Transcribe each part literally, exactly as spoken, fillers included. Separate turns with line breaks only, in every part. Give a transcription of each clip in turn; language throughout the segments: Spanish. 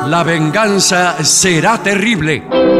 La venganza será terrible.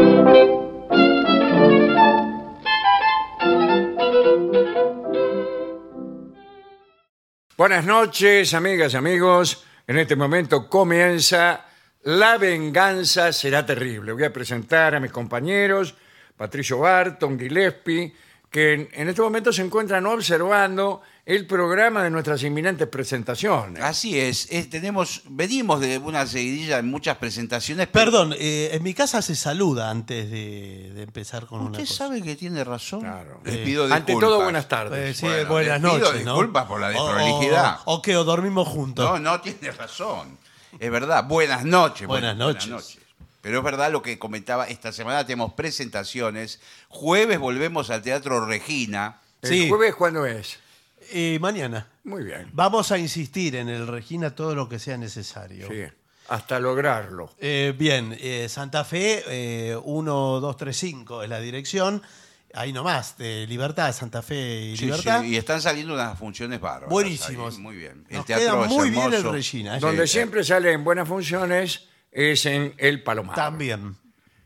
Buenas noches, amigas y amigos. En este momento comienza La venganza será terrible. Voy a presentar a mis compañeros, Patricio Barton, Gillespie, que en, en este momento se encuentran observando el programa de nuestras inminentes presentaciones.
Así es, es, tenemos, venimos de una seguidilla de muchas presentaciones.
Pero... Perdón, eh, en mi casa se saluda antes de, de empezar con una cosa.
Usted sabe que tiene razón.
Claro.
Les
Eh,
pido disculpas.
Ante todo, buenas tardes.
Eh, sí,
Bueno,
buenas
les pido
noches, ¿no?
disculpas por la
O-
desprolijidad.
O, o que o dormimos juntos.
No, no tiene razón. Es verdad, buenas noches.
Buenas
bueno,
noches.
Pero es verdad lo que comentaba, esta semana tenemos presentaciones. Jueves volvemos al Teatro Regina.
¿El
Sí.
jueves cuándo es?
Eh, mañana.
Muy bien.
Vamos a insistir en el Regina todo lo que sea necesario.
Sí, hasta lograrlo.
Eh, bien, eh, Santa Fe, eh, uno dos tres cinco es la dirección. Ahí nomás, de Libertad, Santa Fe y
Sí,
Libertad.
sí, y están saliendo unas funciones bárbaras.
Buenísimos.
ahí, muy bien.
Nos queda
es
muy bien el
hermoso.
Regina, ¿eh?
Donde
Sí,
siempre salen buenas funciones es en El Palomar.
También.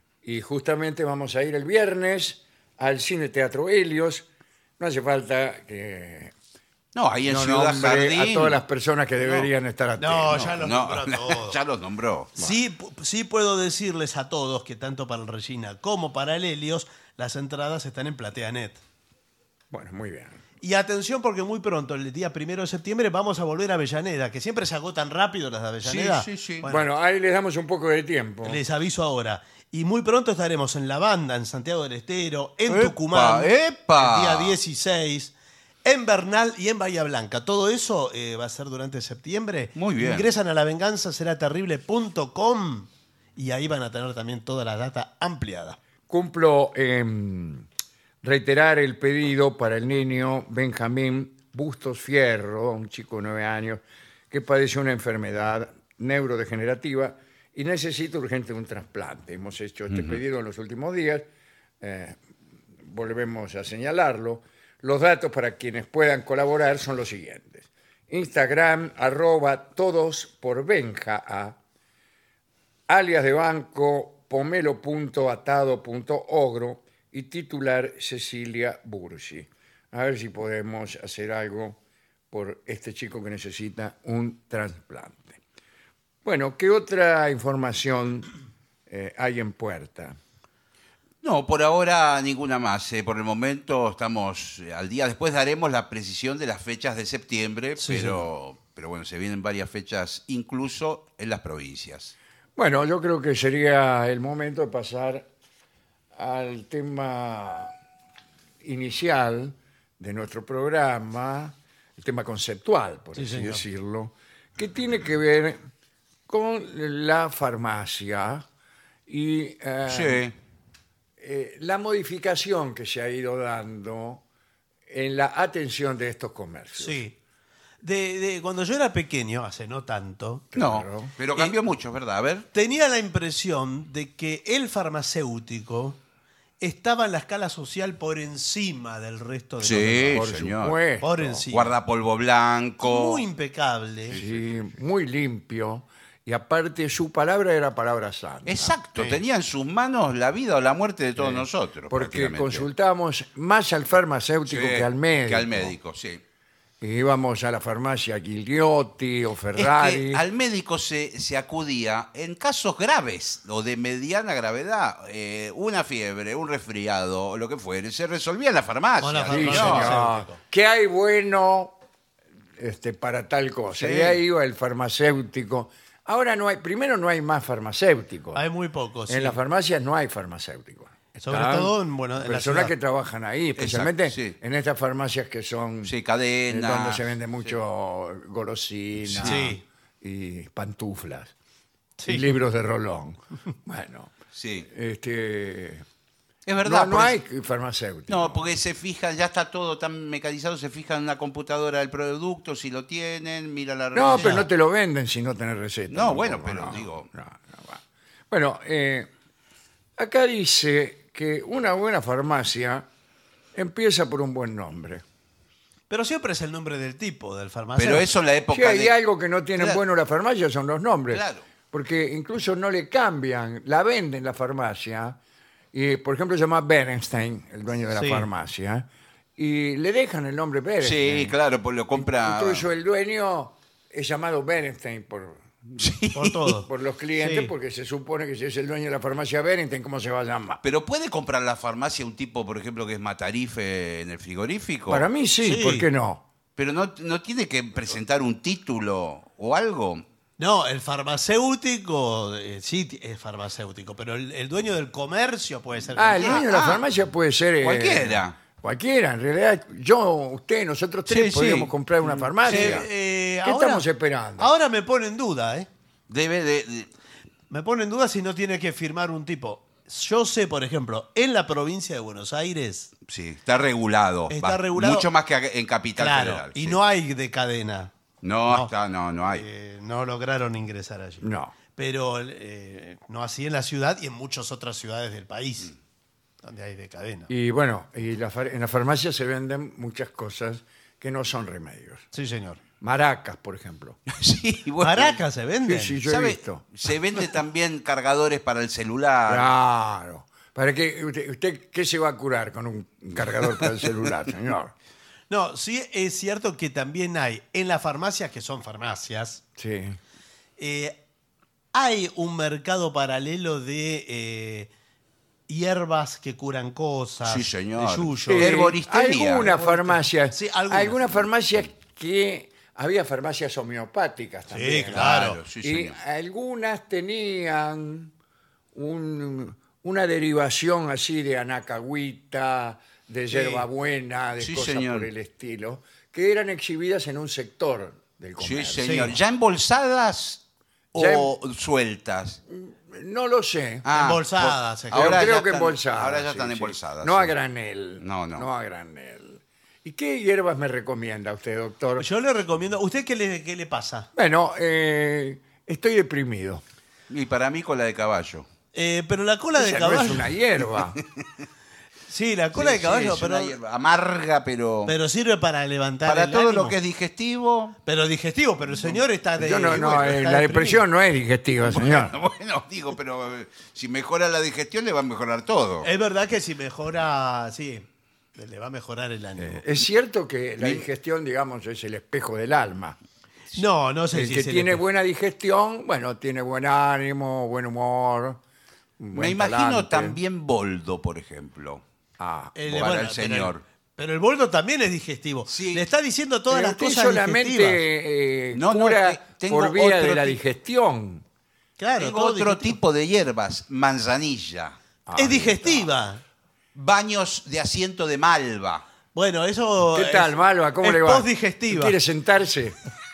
Y justamente vamos a ir el viernes al Cine Teatro Helios. No hace falta que
No, ahí en
no
Ciudad
nombre
Jardín.
a todas las personas que deberían estar atentas.
No, ya los
No,
nombró a todos.
ya los nombró.
Sí, pu- sí puedo decirles a todos que tanto para el Regina como para el Helios, las entradas están en PlateaNet.
Bueno, muy bien.
Y atención porque muy pronto, el día primero de septiembre, vamos a volver a Avellaneda, que siempre se agotan rápido las de Avellaneda.
Sí, sí, sí.
Bueno,
Bueno, ahí les damos un poco de tiempo.
les aviso ahora. Y muy pronto estaremos en La Banda, en Santiago del Estero, en
¡Epa,
Tucumán,
epa!
el día dieciséis, en Bernal y en Bahía Blanca. Todo eso eh, va a ser durante septiembre.
Muy bien.
Ingresan a la venganza será terrible punto com y ahí van a tener también toda la data ampliada.
Cumplo en reiterar el pedido para el niño Benjamín Bustos Fierro, un chico de nueve años, que padece una enfermedad neurodegenerativa y necesita urgente un trasplante. Hemos hecho este pedido en los últimos días. Eh, volvemos a señalarlo. Los datos para quienes puedan colaborar son los siguientes. Instagram, arroba todos por Benja, a, alias de banco, pomelo punto atado punto ogro y titular Cecilia Bursi. A ver si podemos hacer algo por este chico que necesita un trasplante. Bueno, ¿qué otra información eh, hay en puerta?
No, por ahora ninguna más. eh. Por el momento estamos eh, al día. Después daremos la precisión de las fechas de septiembre,
Sí,
pero, pero bueno, se vienen varias fechas incluso en las provincias.
Bueno, yo creo que sería el momento de pasar al tema inicial de nuestro programa, el tema conceptual, por
Sí,
así
señor.
decirlo, que tiene que ver con la farmacia y eh,
Sí.
eh, la modificación que se ha ido dando en la atención de estos comercios.
Sí. De, de- cuando yo era pequeño, hace no tanto,
No,
Claro.
pero cambió mucho, ¿verdad? A ver.
tenía la impresión de que el farmacéutico estaba en la escala social por encima del resto de los
Sí,
demás.
Por
señor.
supuesto.
Por encima.
Guardapolvo blanco.
Muy impecable.
Sí, muy limpio. Y aparte su palabra era palabra santa.
Exacto,
Sí.
tenía en sus manos la vida o la muerte de todos nosotros.
Porque
prácticamente.
consultamos más al farmacéutico
Sí,
que al médico.
Que al médico, sí.
Y íbamos a la farmacia Gigliotti o
Es
Ferrari.
que al médico se, se acudía en casos graves o de mediana gravedad. eh, una fiebre, un resfriado o lo que fuere. Se resolvía en la farmacia.
Con la
Sí,
farmacia.
señor.
señor.
farmacéutico.
¿Qué hay bueno este, para tal cosa?
Sí.
Y ahí iba el farmacéutico. Ahora no hay, primero no hay más farmacéuticos.
Hay muy pocos.
En
sí.
las farmacias no hay farmacéuticos.
Sobre
Están
todo en, bueno, en la
personas
ciudad.
que trabajan ahí, especialmente
Exacto, sí.
en estas farmacias que son
Sí,
eh,
cadenas.
donde se vende mucho golosina
Sí.
y pantuflas
Sí.
y libros de Rolón. Bueno,
Sí.
este
Es verdad.
no, no
por
hay
eso-
farmacéuticos.
No, porque se fijan, ya está todo tan mecanizado, se fijan en una computadora del producto, si lo tienen, mira la
No,
receta.
pero no te lo venden si no tenés receta.
No, bueno,
tampoco,
pero
no,
digo-
no, no va. Bueno, eh, acá dice que una buena farmacia empieza por un buen nombre.
Pero siempre es el nombre del tipo, del farmacéutico.
Pero eso en la época
Si hay
de...
algo que no tienen
Claro.
bueno la farmacia son los nombres.
Claro.
porque incluso no le cambian, la venden en la farmacia, y por ejemplo se llama Berenstein, el dueño de la
Sí.
farmacia, y le dejan el nombre Berenstein.
Sí, claro, pues lo compra.
Incluso el dueño es llamado Berenstein por,
Por todo.
por los clientes,
Sí.
porque se supone que si es el dueño de la farmacia Berenstein, ¿cómo se va a llamar?
Pero puede comprar la farmacia un tipo, por ejemplo, que es matarife en el frigorífico.
Para mí sí,
Sí.
¿por qué no?
Pero no, no tiene que presentar un título o algo.
No, el farmacéutico, eh, sí ti- es farmacéutico, pero el, el dueño del comercio puede ser.
Ah, el
cualquiera.
dueño de la
ah,
farmacia puede ser... eh,
cualquiera.
Cualquiera, en realidad yo, usted, nosotros tres
Sí, sí.
podríamos comprar una farmacia.
Eh, eh,
¿Qué
ahora-
estamos esperando?
Ahora me pone en duda, ¿eh?
Debe de. de-
Me pone en duda si no tiene que firmar un tipo. Yo sé, por ejemplo, en la provincia de Buenos Aires,
sí, está regulado.
Está
Va,
regulado.
Mucho más que en Capital
claro,
Federal.
y
sí.
no hay de cadena.
No,
no.
está, no, no hay.
Eh, no lograron ingresar allí.
No.
Pero eh, no así en la ciudad y en muchas otras ciudades del país, donde hay de cadena.
Y bueno, y la far- en la farmacia se venden muchas cosas que no son remedios.
Sí, señor.
Maracas, por ejemplo.
Sí, bueno.
¿Maracas se venden?
Sí, sí, yo he
¿Sabe?
visto.
Se vende también cargadores para el celular.
Claro. ¿Para qué? Usted, usted qué se va a curar con un cargador para el celular, señor?
No, sí es cierto que también hay en las farmacias, que son farmacias,
Sí.
eh, hay un mercado paralelo de eh, hierbas que curan cosas.
Sí, señor.
De yuyo.
Sí. Herboristería.
Algunas farmacias,
Sí, algunas.
algunas farmacias que había farmacias homeopáticas también.
Sí, claro.
Claro, sí,
y
señor.
algunas tenían un- una derivación así de anacahuita, de hierbabuena, de
Sí,
cosas
señor.
por el estilo, que eran exhibidas en un sector del
Sí,
comercio.
señor.
Sí.
¿Ya embolsadas
Ya
o sueltas?
No lo sé.
Ah,
Embolsadas,
por-
se
Pero
ahora
creo
ya
que
están-
embolsadas.
Ahora ya
sí,
están
sí.
embolsadas.
No
sí.
a granel.
No, no.
No a granel. ¿Y qué hierbas me recomienda usted, doctor?
Yo le recomiendo. ¿Usted qué le, qué le pasa?
Bueno, eh, estoy deprimido.
Y para mí cola de caballo.
Eh, pero la cola de
Esa no
caballo.
es una hierba.
Sí, la cola
Sí,
de caballo,
sí, es
pero,
una hierba amarga, pero,
pero sirve para levantar
para
el
todo
ánimo.
lo que es digestivo.
Pero digestivo, pero el señor está de.
Yo no, no,
bueno,
eh,
está
la
deprimido.
depresión no es digestiva, señor.
Bueno, digo, pero eh, si mejora la digestión le va a mejorar todo.
Es verdad que si mejora, sí, le va a mejorar el ánimo.
Es cierto que la digestión, digamos, es el espejo del alma.
no, no sé
El
si
que
se le-
tiene buena digestión, bueno, tiene buen ánimo, buen humor. un
Me
buen
imagino
talante.
también boldo, por ejemplo.
Ah,
el-
para
bueno,
el
pero
señor.
Pero el boldo también es digestivo.
Sí.
Le está diciendo todas
pero
las
usted
cosas
solamente
digestivas.
eh,
No, no,
cura
te- tengo
por vía
otro
de la
ti-
digestión.
Claro,
Tengo
todo
otro
digestivo.
tipo de hierbas, manzanilla,
Es digestiva.
baños de asiento de malva.
Bueno, eso.
¿Qué tal,
es-
Malva? ¿Cómo
es
le va?
postdigestiva.
¿Quiere sentarse?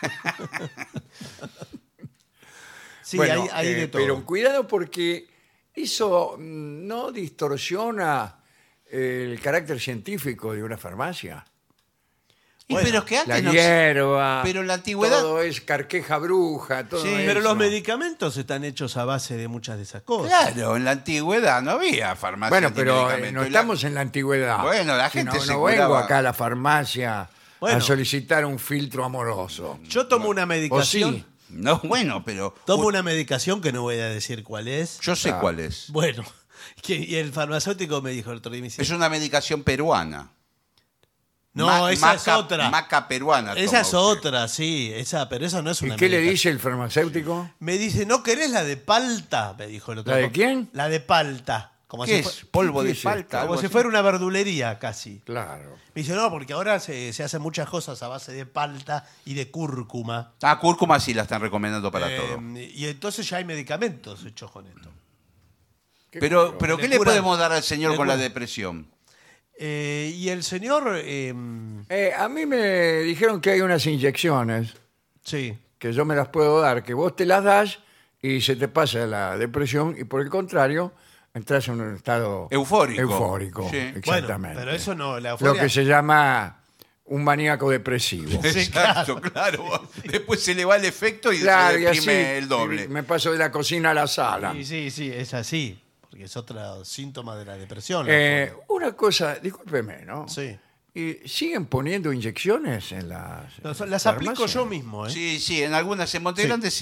Sí,
Bueno,
hay, hay
eh,
de todo.
Pero cuidado porque eso mm, no distorsiona el carácter científico de una farmacia.
Y
Bueno,
pero es que
La
antes no
hierba,
pero en la antigüedad-
todo es carqueja bruja, todo
Sí,
eso.
Pero los medicamentos están hechos a base de muchas de esas cosas.
Claro, en la antigüedad no había farmacia.
Bueno,
ni
pero eh,
medicamento.
no
Y la-
estamos en la antigüedad.
Bueno, la
Si
gente
no,
se
no vengo
curaba.
acá a la farmacia
Bueno.
a solicitar un filtro amoroso.
Yo tomo una
¿O
medicación.
sí?
No, bueno, pero
Tomo una medicación que no voy a decir cuál es.
yo sé
Claro.
cuál es.
Bueno, que- y el farmacéutico me dijo el otro día. me dice,
Es una medicación peruana.
no,
Ma-
esa es
maca-
otra.
Maca peruana.
Esa
toma
es
usted.
otra, sí. Esa, pero esa no es
¿Y
una
qué le
medicación.
dice el farmacéutico?
Me dice, ¿no querés la de palta? Me dijo el otro
¿La de
día.
quién?
La de palta. Como
¿Qué
si
es?
fue-
¿Polvo
¿Qué
de
es
palta?
esto?
algo
como si
así?
fuera una verdulería casi.
Claro.
Me dice, no, porque ahora se, se hacen muchas cosas a base de palta y de cúrcuma.
Ah, cúrcuma sí la están recomendando para
Eh,
todo.
Y entonces ya hay medicamentos hechos con esto.
¿Qué
Pero,
curioso.
pero
le
¿qué le
cura-
podemos dar al señor
le
con la
cura-
depresión?
Eh, y el señor, eh,
Eh, a mí me dijeron que hay unas inyecciones
sí,
que yo me las puedo dar, que vos te las das y se te pasa la depresión y por el contrario entras en un estado
Eufórico.
eufórico,
Sí.
exactamente.
Bueno, pero eso no, la
Lo
euforia-
que se llama un maníaco depresivo.
Exacto, claro. Después se le va el efecto y
Claro,
se
y así
deprime el doble.
me paso de la cocina a la sala.
Sí, sí, sí, es así. Porque es otro síntoma de la depresión. la
Eh,
euforia.
una cosa, discúlpeme, ¿no?
Sí.
¿Y siguen poniendo inyecciones en las
No, son- las
farmacias?
aplico yo mismo, ¿eh?
Sí, sí, en algunas, en Monte
Sí.
Grande sí.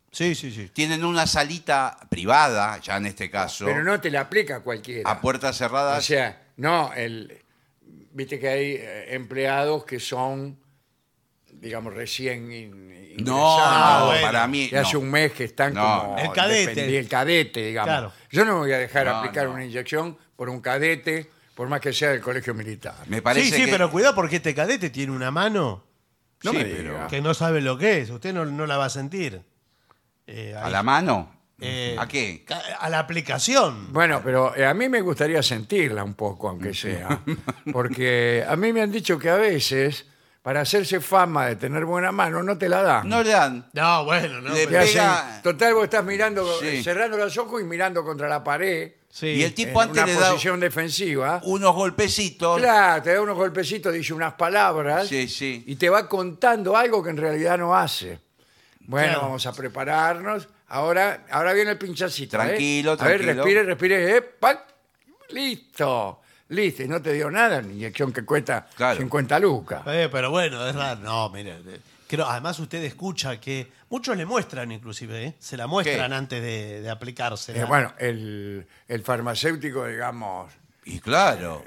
Sí, sí, sí.
Tienen una salita privada, ya en este caso,
Pero no te la aplica cualquiera.
a puertas cerradas.
O sea, no, el, viste que hay eh, empleados que son, digamos, recién in- ingresados.
no,
Ah,
no,
bueno.
para mí.
Que hace
no.
un mes que están
No,
como...
el cadete.
dependi- El cadete, digamos.
Claro.
Yo no me voy a dejar
No,
aplicar
no.
una inyección por un cadete, por más que sea del colegio militar.
Me parece
Sí, sí,
que-
pero cuidado porque este cadete tiene una mano
No
Sí,
me
pero-
diga.
que no sabe lo que es. Usted no, no la va a sentir. Eh,
¿A
ahí.
la mano?
Eh,
¿A qué?
A la aplicación.
Bueno, pero eh, a mí me gustaría sentirla un poco, aunque sea. Porque a mí me han dicho que a veces, para hacerse fama de tener buena mano, no te la dan.
No le dan.
No, bueno, no.
Le
Te
pero-
hacen-
pega-
total, vos estás mirando,
Sí.
eh, cerrando los ojos y mirando contra la pared.
sí.
Y el
En
tipo antes
una
le da
posición defensiva.
unos golpecitos.
Claro, te da unos golpecitos, dice unas palabras.
Sí, sí.
Y te va contando algo que en realidad no hace. Bueno,
Claro.
vamos a prepararnos. Ahora, ahora viene el pinchacito. ¿eh?
Tranquilo,
A ver,
tranquilo.
respire, respire. eh, ¡pac! Listo. Listo. Y no te dio nada, una inyección que cuesta
Claro.
cincuenta lucas.
Eh, pero bueno, es raro. No, mire. eh, Creo, además usted escucha que muchos le muestran inclusive, ¿eh? Se la muestran
¿Qué?
antes de, de aplicarse.
Eh, bueno, el, el farmacéutico, digamos,
Y claro.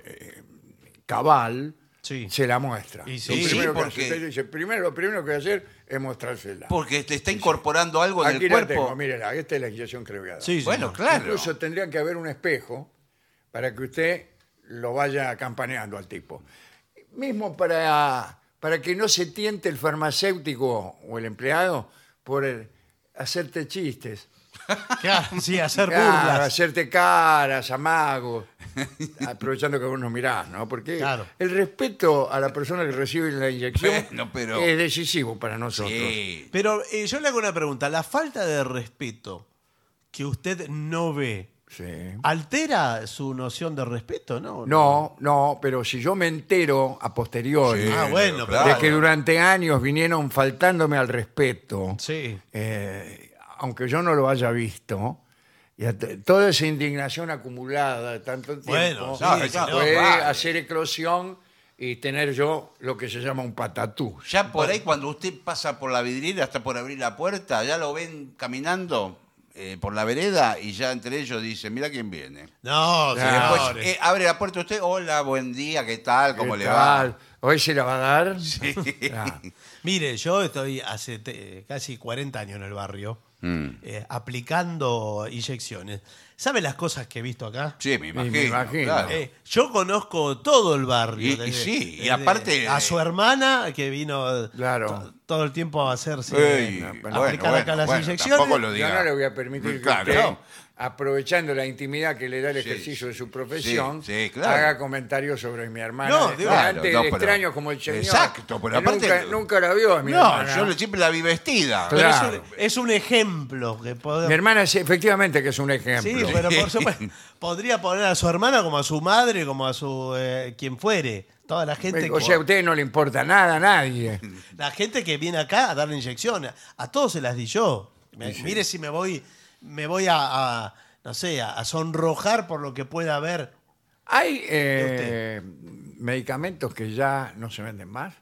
cabal,
Sí.
se la muestra.
Y
Lo
sí,
primero que
porque-
hace, usted dice, primero, lo primero que voy a hacer es mostrársela.
Porque te está incorporando algo en
Aquí
el
la
cuerpo.
tengo, mírela, esta es la inyección que le voy a dar.
Sí, sí,
Bueno,
no.
claro.
Incluso tendría que haber un espejo para que usted lo vaya campaneando al tipo. Mismo para, para que no se tiente el farmacéutico o el empleado por el- hacerte chistes.
Claro, sí, hacer
Claro,
burlas.
hacerte caras, amagos, aprovechando que vos nos mirás, ¿no? Porque
Claro.
el respeto a la persona que recibe la inyección
Bueno, pero-
es decisivo para nosotros.
Sí.
Pero eh, yo le hago una pregunta. La falta de respeto que usted no ve,
Sí.
¿altera su noción de respeto, no?
No, no, pero si yo me entero a posteriori
Sí,
Ah, bueno,
claro.
de que durante años vinieron faltándome al respeto,
Sí.
eh, aunque yo no lo haya visto, y at- toda esa indignación acumulada de tanto tiempo
Bueno, sí,
No,
claro.
puede
vale.
hacer eclosión y tener yo lo que se llama un patatú.
Ya por ahí cuando usted pasa por la vidriera, está por abrir la puerta, ya lo ven caminando eh, por la vereda y ya entre ellos dicen, mira quién viene.
No,
Y
Claro.
después
señores.
eh, abre la puerta usted, hola, buen día, ¿qué tal? ¿Cómo
¿Qué
le
tal?
va?
¿Hoy se la va a dar? Ah,
Mire, yo estoy hace te- casi cuarenta años en el barrio
Mm.
eh, aplicando inyecciones. ¿Sabe las cosas que he visto acá?
Sí, me imagino.
imagino.
claro.
Eh, yo conozco todo el barrio.
Y- y sí, y aparte-
A su hermana, que vino
Claro.
to- todo el tiempo a hacerse.
Ey,
eh,
bueno,
aplicar
bueno,
acá las
bueno,
inyecciones.
tampoco lo
yo
diga.
no le voy a permitir que
Claro.
usted,
No.
aprovechando la intimidad que le da el
Sí,
ejercicio de su
sí,
profesión,
sí, claro.
haga comentarios sobre mi hermana.
No,
de-
digo-
delante
Claro, no,
de
pero-
extraños como el señor.
Exacto, pero
que
aparte-
Nunca, nunca la vio a mi
No,
hermana.
yo le- siempre la vi vestida.
Pero es
Claro.
un- es, un ejemplo que podemos.
Mi hermana es efectivamente que es un
Sí,
ejemplo.
pero por supuesto, podría poner a su hermana como a su madre, como a su eh, quien fuere. Toda la gente,
O
que,
sea, a usted no le importa nada a nadie.
la gente que viene acá a darle inyecciones. A todos se las di yo. Me- Mire si me voy, me voy a, a, no sé, a, a sonrojar por lo que pueda haber.
¿Hay eh, medicamentos que ya no se venden más?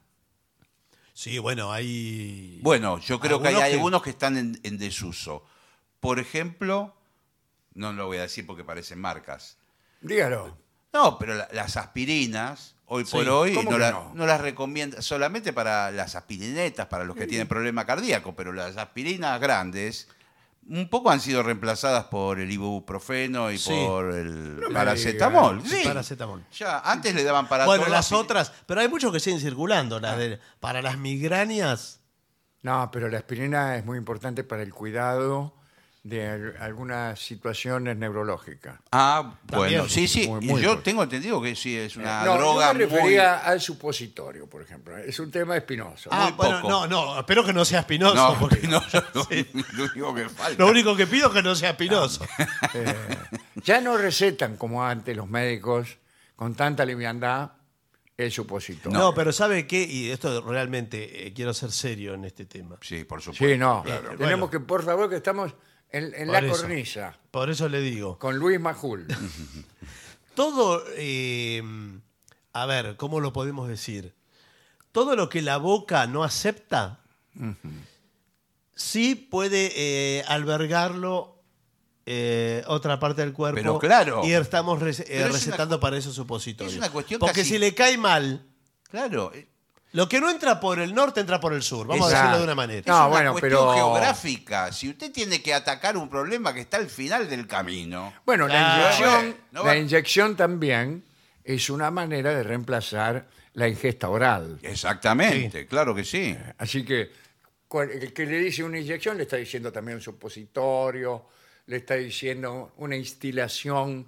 Sí, bueno, hay.
Bueno, yo creo que hay
Algunos que-
algunos que están en, en desuso. Por ejemplo, no lo voy a decir porque parecen marcas.
Dígalo.
No, pero la- las aspirinas, hoy
Sí,
por hoy,
¿cómo
no,
que
la-
no?
no las recomienda solamente para las aspirinetas, para los que tienen problema cardíaco, pero las aspirinas grandes un poco han sido reemplazadas por el ibuprofeno y
Sí.
por el
me
paracetamol.
diga.
Sí.
Paracetamol.
Ya, antes le daban para
Bueno,
todo
las
aspi-
otras, pero hay muchos que siguen circulando. Las de, para las migrañas.
No, pero la aspirina es muy importante para el cuidado de al- algunas situaciones neurológicas.
Ah, bueno,
También.
sí, sí.
Muy,
y
muy
yo
fuerte.
tengo entendido que sí, es una
no,
droga
yo me
muy...
refería al supositorio, por ejemplo. Es un tema espinoso.
Ah,
Muy
bueno,
poco.
no, no, espero que no sea espinoso.
No,
porque
no, yo lo, lo único que falta.
lo único que pido es que no sea espinoso.
Eh, ya no recetan como antes los médicos con tanta liviandad el supositorio.
No, pero ¿sabe qué? Y esto realmente eh, quiero ser serio en este tema.
Sí, por supuesto.
Sí, no.
Claro.
Tenemos
Bueno.
que, por favor, que estamos en, en
Por
la
eso.
cornisa
Por eso le digo.
con Luis Majul.
Todo, eh, a ver, ¿cómo lo podemos decir? Todo lo que la boca no acepta, sí puede eh, albergarlo eh, otra parte del cuerpo.
Pero claro.
Y estamos rece- eh,
Pero es
recetando
una-
para esos supositorios.
es una cuestión
Porque
casi-
si le cae mal,
Claro. eh,
lo que no entra por el norte entra por el sur. Vamos
Exacto.
a decirlo de una manera.
No,
es una
bueno,
cuestión
pero-
geográfica. Si usted tiene que atacar un problema que está al final del camino.
Bueno,
Claro.
la inyección,
No
la
va-
inyección también es una manera de reemplazar la ingesta oral.
Exactamente, claro que sí.
Así que cual- el que le dice una inyección le está diciendo también un supositorio, le está diciendo una instilación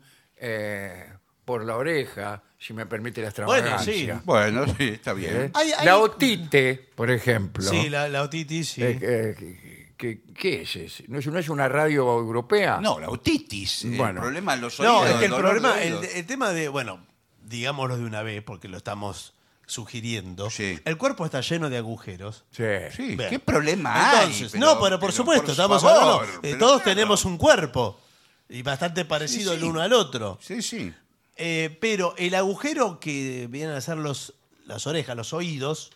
eh, por la oreja, si me permite la
Bueno,
extravagancia.
sí.
Bueno, sí, está
¿Eh?
bien.
Hay- hay-
La otite, por ejemplo.
Sí, la, la otitis, sí.
eh, eh, que- que- ¿Qué es ese? ¿No es, no es una radio europea?
No, la otitis. El
Bueno.
problema en los oídos.
No, es que el
dolor de
problema, el,
oídos.
el tema de, bueno, digámoslo de una vez porque lo estamos sugiriendo.
Sí.
El cuerpo está lleno de agujeros.
Sí.
Sí,
Bien.
¿qué problema hay?
Entonces, no, pero por supuesto, estamos
favor,
hablando. eh,
pero
todos
claro.
tenemos un cuerpo y bastante parecido
Sí, sí.
el uno al otro.
Sí, sí.
Eh, pero el agujero que vienen a ser los, las orejas, los oídos,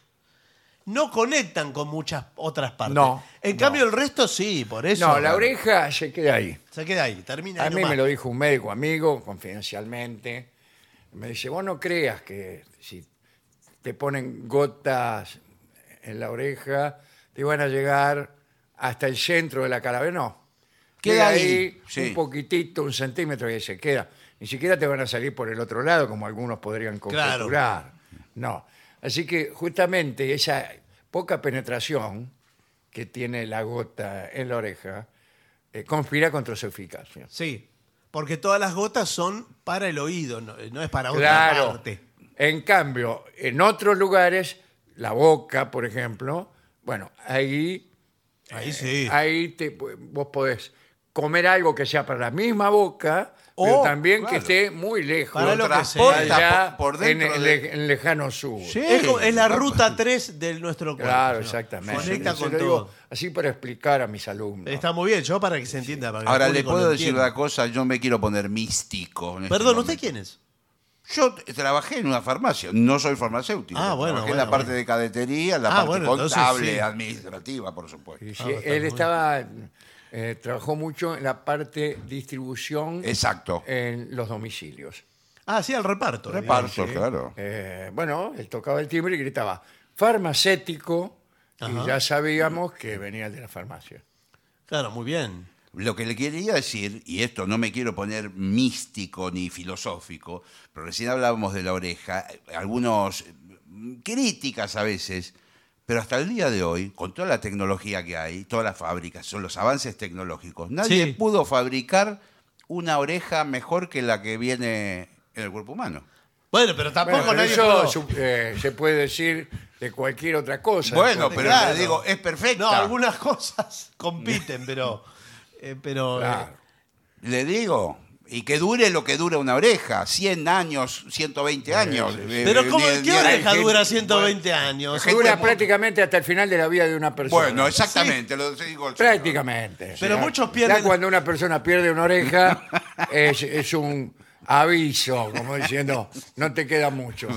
no conectan con muchas otras partes.
No,
En
no.
cambio, el resto sí, por eso.
No, la oreja se queda ahí.
Se queda ahí, termina ahí
A mí
nomás.
me lo dijo un médico amigo, confidencialmente. Me dice, vos no creas que si te ponen gotas en la oreja, te van a llegar hasta el centro de la calavera. No.
Queda
Queda
ahí,
ahí
sí.
un poquitito, un centímetro y se queda. Ni siquiera te van a salir por el otro lado, como algunos podrían
Claro.
conjeturar. No. Así que justamente esa poca penetración que tiene la gota en la oreja eh, conspira contra su eficacia.
Sí, porque todas las gotas son para el oído, no, no es para otra
Claro.
parte.
En cambio, en otros lugares, la boca, por ejemplo, bueno, ahí,
Ahí sí.
ahí te, vos podés comer algo que sea para la misma boca,
Oh,
pero también
claro.
que esté muy lejos,
Para lo que
transporta
allá
por- por
en
dentro
el,
de-
en el lejano sur.
Sí.
Es, como- es la ruta tres de nuestro cuerpo.
Claro,
¿no?
exactamente.
Conecta
Se
con
lo digo
todo.
así para explicar a mis alumnos.
Está muy bien, yo para que se entienda. para que el
Ahora, le
público
puedo
lo
decir
entienda.
una cosa, yo me quiero poner místico. en este
Perdón,
momento.
¿usted quién es?
Yo t- trabajé en una farmacia, no soy farmacéutico.
Ah, bueno,
Trabajé en
bueno,
la parte
bueno.
de cadetería, en la
Ah,
parte
bueno, entonces
contable,
sí.
administrativa, por supuesto.
Y sí,
Ah, está
él
muy
estaba, eh, trabajó mucho en la parte distribución
Exacto.
en los domicilios.
Ah, sí, al reparto.
Reparto,
Sí.
claro.
Eh, bueno, él tocaba el timbre y gritaba farmacéutico
Ajá.
y ya sabíamos que venía de la farmacia.
Claro, muy bien.
Lo que le quería decir, y esto no me quiero poner místico ni filosófico, pero recién hablábamos de la oreja, eh, algunos eh, críticas a veces, pero hasta el día de hoy, con toda la tecnología que hay, todas las fábricas, son los avances tecnológicos, nadie
Sí.
pudo fabricar una oreja mejor que la que viene en el cuerpo humano.
Bueno, pero tampoco
Bueno, pero
nadie
eso
pudo-
su- eh, se puede decir de cualquier otra cosa.
Bueno,
Entonces,
pero
claro.
le digo, es perfecta.
No, algunas cosas compiten, pero... eh, pero eh,
claro.
Le digo, y que dure lo que dura una oreja, cien años, ciento veinte años.
sí, sí.
Eh,
pero
eh,
¿cómo,
ni-
¿qué
ni-
oreja
gente-
dura ciento veinte años?
gente
Dura
muy-
prácticamente hasta el final de la vida de una persona.
Bueno, exactamente, lo digo.
Prácticamente.
Pero
Ya-
muchos pierden-
Ya cuando una persona pierde una oreja, es, es un aviso, como diciendo, no te queda mucho.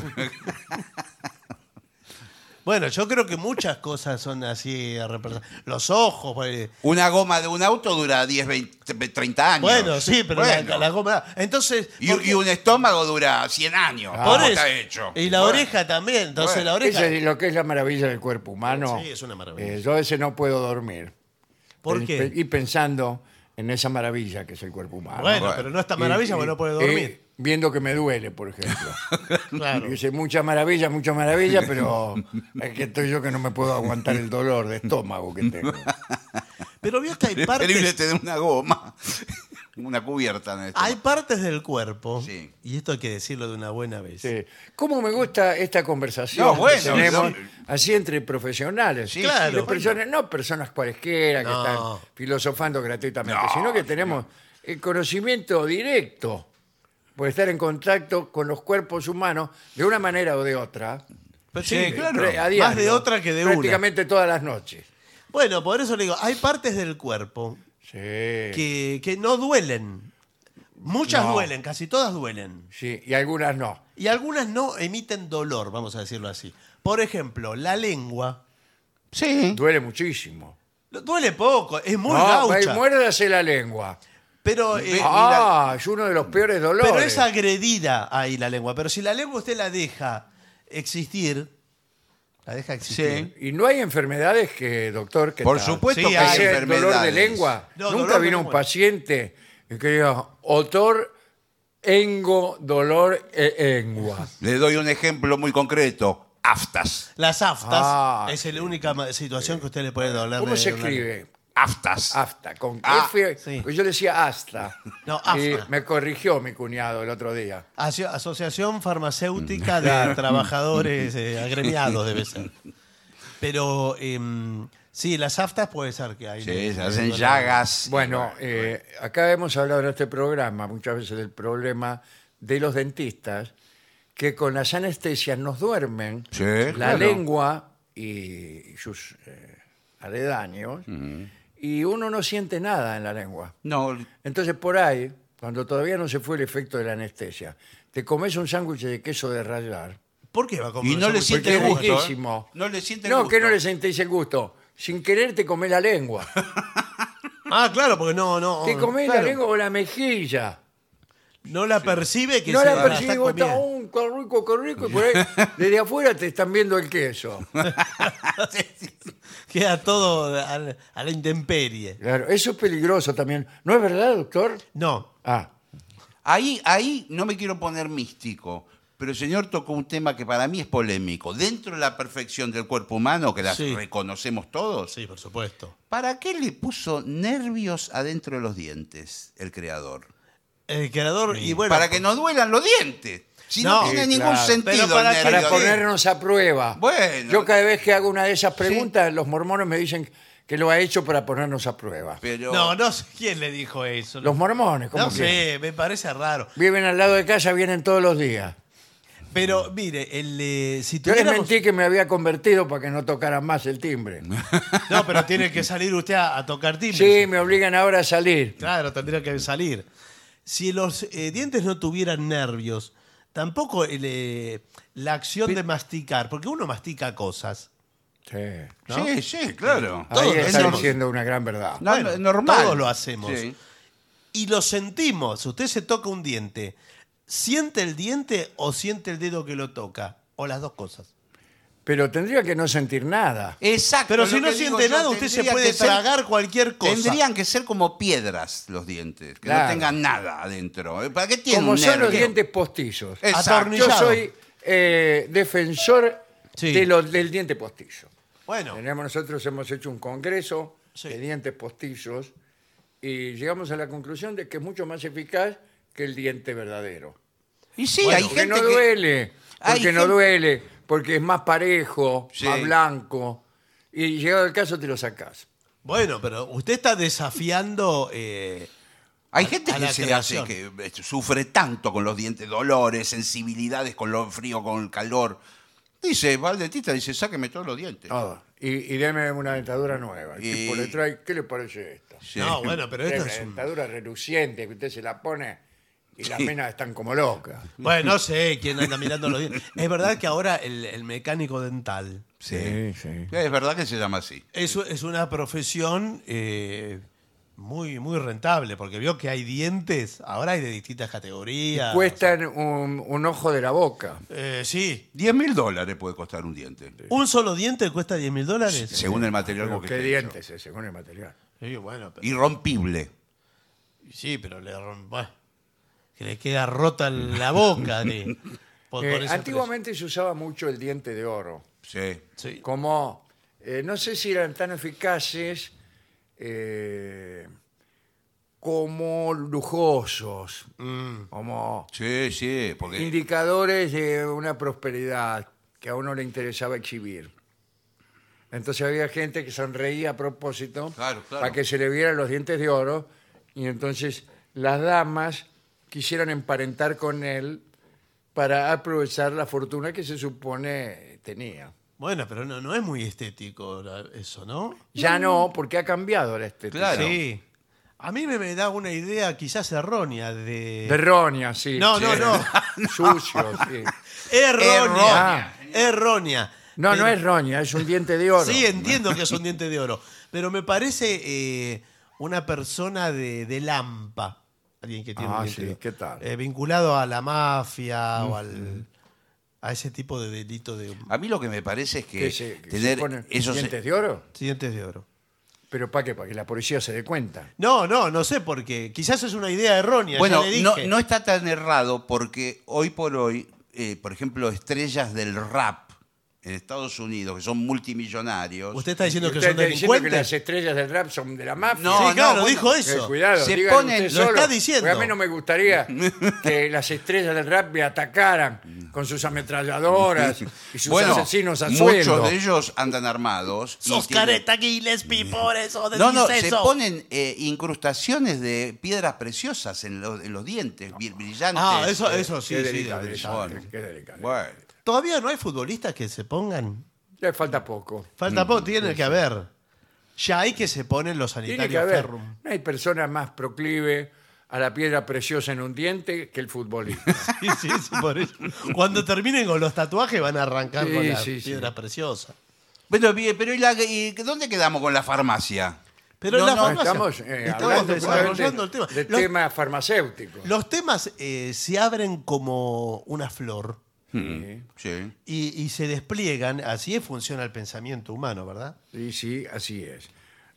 Bueno, yo creo que muchas cosas son así representadas. Los ojos, pues,
Una goma de un auto dura diez, veinte, treinta años.
bueno, sí, pero la-
Bueno.
la, goma... Entonces...
Y,
¿por qué?
y un estómago dura cien años.
Ah.
¿Cómo
Por eso.
está hecho?
Y la
Bueno.
oreja también. Entonces
Bueno,
la oreja...
Eso es lo que es la maravilla del cuerpo humano.
Sí, es una maravilla.
Eh, yo a veces no puedo dormir.
¿Por
Pe-
qué?
pe- Y pensando en esa maravilla que es el cuerpo humano.
Bueno,
Bueno.
pero no es tan
Y-
maravilla
y-
porque no puede
y
dormir.
viendo que me duele, por ejemplo.
Claro.
Dice mucha maravilla, mucha maravilla, pero es que estoy yo que no me puedo aguantar el dolor de estómago que tengo.
Pero vio que hay
Preferible
partes,
tener una goma, una cubierta en esto.
hay partes del cuerpo,
Sí.
y esto hay que decirlo de una buena vez.
Sí. ¿Cómo me gusta esta conversación
No, bueno,
que tenemos
no.
así entre profesionales?
Sí,
claro.
De personas, no personas cualesquiera que
No.
están filosofando gratuitamente,
No,
sino que tenemos el conocimiento directo por estar en contacto con los cuerpos humanos de una manera o de otra.
Pero
Sí,
sí,
claro.
pre- a
Más
diario,
de otra que de una.
prácticamente todas las noches.
Bueno, por eso le digo, hay partes del cuerpo
Sí.
que, que no duelen. Muchas
No.
duelen, casi todas duelen.
Sí, y algunas no.
Y algunas no emiten dolor, vamos a decirlo así. Por ejemplo, la lengua.
Sí.
Duele muchísimo.
No, duele poco, es muy
No,
gaucha.
muérdase la lengua.
Pero, eh,
Ah, es uno de los peores dolores.
pero es agredida ahí la lengua. Pero si la lengua usted la deja existir, la deja existir.
Sí.
Y no hay enfermedades que, doctor, que
Por
tal?
supuesto
Sí,
que
Que
hay
sea el dolor de
enfermedades.
lengua.
No,
Nunca
dolor de
vino un
lengua.
paciente y que diga, autor engo dolor e engua.
Le doy un ejemplo muy concreto. Aftas.
Las aftas
Ah,
es la única ma- situación que usted le puede doler.
¿Cómo
de
se
una
escribe?
Aftas.
Afta, con
Ah,
F.
sí.
Pues yo decía hasta.
No,
Y
afta.
me corrigió mi cuñado el otro día.
Aso- Asociación Farmacéutica de Trabajadores eh, Agremiados, debe ser. Pero em, sí, las aftas puede ser que hay.
Sí, se hacen llagas.
Bueno, eh, acá hemos hablado en este programa muchas veces del problema de los dentistas que con las anestesias nos duermen
Sí,
la
claro.
lengua y sus eh, aledaños y uno no siente nada en la lengua.
No,
Entonces por ahí, cuando todavía no se fue el efecto de la anestesia, te comes un sándwich de queso de rallar.
¿Por qué va a comer
Y no
un
le
sándwich
siente
de
el
es
gusto,
queso?
¿eh?
riquísimo.
No le siente el
No,
gusto.
que no le sentís el gusto. Sin querer te comés la lengua.
Ah, claro, porque no, no.
Te comés
claro.
la lengua o la mejilla.
No la percibe que
No
se
la
la
percibís,
está
vos estás,
comiendo.
un qué rico, qué rico, y por ahí desde afuera te están viendo el queso.
Queda todo a la, a la intemperie.
Claro, eso es peligroso también. ¿No es verdad, doctor?
No.
Ah,
Ahí, ahí no me quiero poner místico, pero el señor tocó un tema que para mí es polémico. Dentro de la perfección del cuerpo humano, que la
Sí.
reconocemos todos,
Sí, por supuesto.
¿para qué le puso nervios adentro de los dientes el creador?
El creador, y bueno.
Para que no duelan los dientes. Si no,
No,
tiene
sí,
ningún
claro.
sentido
Pero para
el
que-
nervio
para
ahí.
ponernos a prueba.
Bueno.
Yo cada vez que hago una de esas preguntas, los mormones me dicen que lo ha hecho para ponernos a prueba.
Pero
No, no sé quién le dijo eso.
Los mormones, ¿cómo
No
que?
sé, me parece raro.
Viven al lado de casa, vienen todos los días.
Pero mire, el, eh, si
Yo les
tuviéramos-
mentí que me había convertido para que no tocaran más el timbre.
No, pero tiene que salir usted a, a tocar timbre.
Sí, me obligan ahora a salir.
Claro, tendría que salir. Si los eh, dientes no tuvieran nervios, tampoco el, eh, la acción de masticar, porque uno mastica cosas.
Sí.
¿no?
Sí, sí, claro.
Ahí
Todos
está
hacemos-
diciendo una gran verdad.
No,
Bueno,
es normal.
todos lo hacemos.
Sí.
Y lo sentimos. Usted se toca un diente. ¿Siente el diente o siente el dedo que lo toca? O las dos cosas.
Pero tendría que no sentir nada.
Exacto.
Pero
es
si
lo
no
que digo
siente
yo,
nada, usted se
tendría
puede
que ser-
tragar cualquier cosa.
Tendrían que ser como piedras los dientes, que
Claro.
no tengan nada adentro. ¿Para qué tiene
Como
un
son los
nervio?
dientes postizos.
Exacto.
Atornillado.
Yo soy eh, defensor
Sí.
de los, del diente postizo.
Bueno,
Tenemos, nosotros hemos hecho un congreso
Sí.
de dientes postizos y llegamos a la conclusión de que es mucho más eficaz que el diente verdadero.
Y sí,
Bueno,
hay
Porque
gente
no
que...
duele,
hay
porque no
gente-
duele, porque es más parejo,
Sí.
más blanco. Y llegado el caso te lo sacás.
bueno, pero usted está desafiando. eh,
Hay gente
a
que
la
se
creación.
hace, que eh, sufre tanto con los dientes, dolores, sensibilidades con lo frío, con el calor. Dice, va al dentista, dice, sáqueme todos los dientes.
Todo. Y, y deme una dentadura nueva. El
Y-
tipo le trae, ¿qué le parece esta?
Sí.
No, bueno, pero esto
Una
es un-
dentadura reluciente que usted se la pone y las
Sí.
minas están como locas.
Bueno, no sé quién anda mirando los dientes. Es verdad que ahora el, el mecánico dental
Sí.
sí.
Es verdad que se llama así.
es, es una profesión eh, muy, muy rentable, porque vio que hay dientes, ahora hay de distintas categorías.
Cuestan un, un ojo de la boca.
Eh, sí.
diez mil dólares puede costar un diente.
¿Un solo diente cuesta diez mil dólares?
Según el material
Pero
con que
¿qué
esté
dientes es, según el material?
Sí, bueno, pero,
hecho. Irrompible.
sí, pero le, rom- bueno, que le queda rota la boca. De, por-
Eh,
por ese
antiguamente se usaba mucho el diente de oro.
Sí.
precio. Sí.
Como, eh, no sé si eran tan eficaces eh, como lujosos,
Mm.
como
Sí, sí, porque
indicadores de una prosperidad que a uno le interesaba exhibir. Entonces había gente que sonreía a propósito
Claro, claro.
para que se le vieran los dientes de oro y entonces las damas quisieran emparentar con él para aprovechar la fortuna que se supone tenía.
Bueno, pero no, no es muy estético la- eso, ¿no?
Ya no, porque ha cambiado la estética.
Claro.
Sí. A mí me, me da una idea quizás errónea de...
De errónea, sí.
No, no, no.
Sucio, sí.
Errónea. Errónea.
No,
Pero-
no es roña, es un diente de oro.
Sí, entiendo que es un diente de oro. Pero me parece eh, una persona de, de Lampa. Alguien que tiene
Ah,
un
sí,
diente,
¿qué tal?
eh, vinculado a la mafia o al, a ese tipo de delito de
A mí lo que me parece es que,
¿Qué se, que
tener
se ponen
esos...
dientes de oro?
dientes de oro.
¿Pero para qué? ¿Para que la policía se dé cuenta?
No, no, no sé por qué. Quizás es una idea errónea.
Bueno,
ya le
no,
dije.
no está tan errado porque hoy por hoy, eh, por ejemplo, estrellas del rap en Estados Unidos, que son multimillonarios...
¿Usted está diciendo que
¿Usted
son
está diciendo que
delincuentes?
las estrellas del rap son de la mafia?
No,
Sí,
no,
claro,
bueno,
dijo
Eh,
eso.
cuidado,
Se
dígalo
ponen-
usted
lo
solo,
está diciendo.
porque a mí no me gustaría que las estrellas del rap me atacaran con sus ametralladoras y sus
Bueno,
asesinos a
muchos
sueldo.
de ellos andan armados. y
Sos
tienen-
careta Gillespie, por eso decís
No, no, se
eso.
ponen eh, incrustaciones de piedras preciosas en, los- en los dientes, bri- brillantes.
Ah, eso, eso sí,
Qué
sí.
delicado,
de-
eso,
bueno.
qué delicado.
Bueno.
Todavía no hay futbolistas que se pongan.
Le falta poco.
Falta poco, tiene que haber. Ya hay que se ponen los
Tiene que
sanitarios
haber.
ferrum.
No hay persona más proclive a la piedra preciosa en un diente que el futbolista.
Sí, sí, sí, por eso. Cuando terminen con los tatuajes van a arrancar
Sí,
con la
sí, sí.
piedra preciosa.
Bueno, bien, pero ¿y la- y ¿dónde quedamos con la farmacia?
Pero
No,
la
no,
farmacia-
Estamos, eh,
estamos
hablando
desarrollando el tema.
de
Los,
temas farmacéuticos.
los temas eh, se abren como una flor
Sí.
Sí.
y, y se despliegan. Así funciona el pensamiento humano, ¿verdad?
Sí, sí, así es.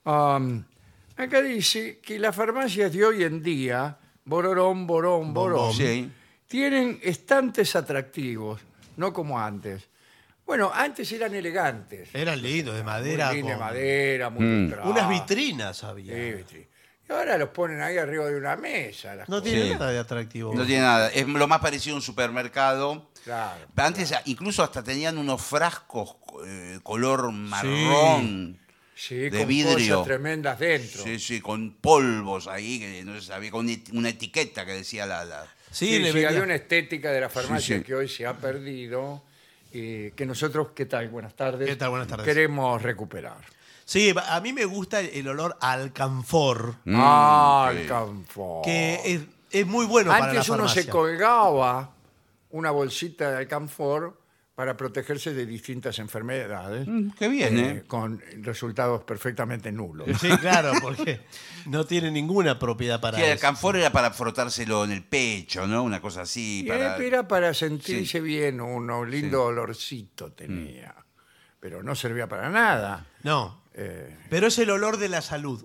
Um, acá dice que las farmacias de hoy en día, bororón, borón, borón,
Sí.
tienen estantes atractivos, no como antes. Bueno, antes eran elegantes.
Eran lindos, de madera.
Muy lindos, de
con-
madera, muy ultrados.
Unas vitrinas había.
Sí, sí. Y ahora los ponen ahí arriba de una mesa. las
No
cosas.
tiene
Sí.
nada de atractivo.
No tiene nada. Es lo más parecido a un supermercado.
Claro.
Antes incluso hasta tenían unos frascos eh, color marrón.
Sí,
de
con
vidrio.
cosas tremendas dentro.
Sí, sí, con polvos ahí, que no se sabía, con et- una etiqueta que decía la... la-
Sí,
Sí,
le
sí,
venía-
había una estética de la farmacia
Sí, sí.
que hoy se ha perdido y que nosotros, ¿qué tal? Buenas tardes.
¿Qué tal? Buenas tardes.
Queremos recuperar.
Sí, a mí me gusta el, el olor a alcanfor,
ah,
sí.
el camfor.
que es, es muy bueno para la
Antes uno
farmacia.
se colgaba una bolsita de alcanfor para protegerse de distintas enfermedades.
Mm, qué bien,
eh,
¿eh?
Con resultados perfectamente nulos.
Sí, claro, porque no tiene ninguna propiedad para
Sí, el
eso.
canfor era para frotárselo en el pecho, ¿no? Una cosa así.
Y
Para...
era para sentirse
Sí.
bien, uno lindo olorcito tenía. Pero no servía para nada.
No,
Eh,
pero es el olor de la salud.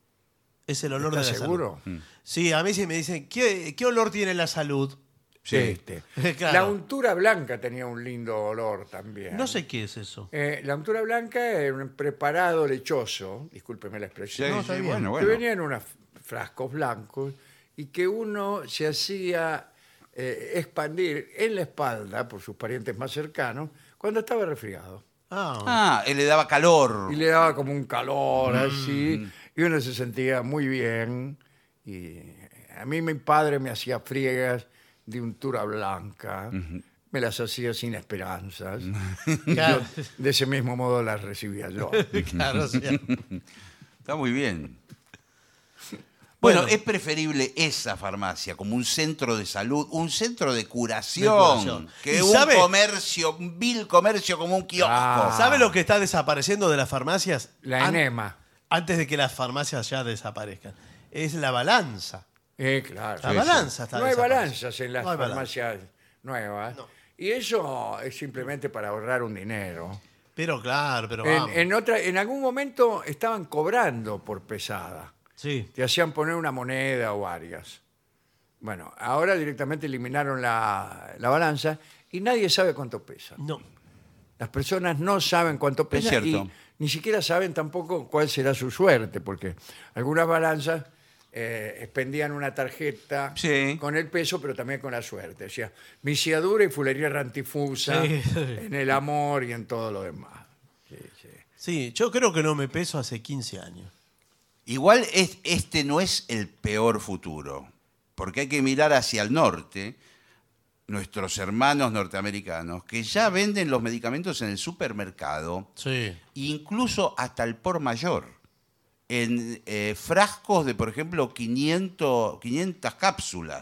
Es el olor de la
¿Estás seguro?
salud. Sí, a mí sí me dicen, ¿qué, qué olor tiene la salud?
Sí.
Este.
Claro.
La untura blanca tenía un lindo olor también.
No sé qué es eso.
Eh, la untura blanca era un preparado lechoso, discúlpeme la
Sí,
expresión,
No, está
sí,
bien.
bueno,
que
bueno.
venía en unos frascos blancos y que uno se hacía eh, expandir en la espalda por sus parientes más cercanos cuando estaba resfriado.
Ah,
Ah, él le daba calor.
Y le daba como un calor
Mm.
así, y uno se sentía muy bien. Y a mí mi padre me hacía friegas de untura blanca, me las hacía sin esperanzas.
claro,
De ese mismo modo las recibía yo.
claro, o sea,
Está muy bien. Bueno,
Bueno.
es preferible esa farmacia como un centro de salud, un centro de curación,
De curación.
que
¿Y
un
sabe?
comercio, un vil comercio como un kiosco.
Ah.
¿sabe lo que está desapareciendo de las farmacias?
La
An-
enema.
Antes de que las farmacias ya desaparezcan. Es la balanza.
Eh, claro.
La
Sí,
balanza está
No hay
desaparecida.
balanzas en las
No hay balanza.
farmacias nuevas.
No.
Y eso es simplemente para ahorrar un dinero.
Pero claro, pero
En,
vamos.
en otra, en algún momento estaban cobrando por pesada.
Sí.
Te hacían poner una moneda o varias. Bueno, ahora directamente eliminaron la, la balanza y nadie sabe cuánto pesa.
No.
Las personas no saben cuánto pesa
cierto.
y ni siquiera saben tampoco cuál será su suerte, porque algunas balanzas eh, expendían una tarjeta
Sí.
con el peso, pero también con la suerte. O sea, misiadura y fulería rantifusa
Sí.
en el amor y en todo lo demás. Sí, sí.
Sí, yo creo que no me peso hace quince años.
Igual es- este no es el peor futuro, porque hay que mirar hacia el norte, nuestros hermanos norteamericanos, que ya venden los medicamentos en el supermercado,
Sí.
incluso hasta el por mayor, en eh, frascos de, por ejemplo, quinientas, quinientas cápsulas.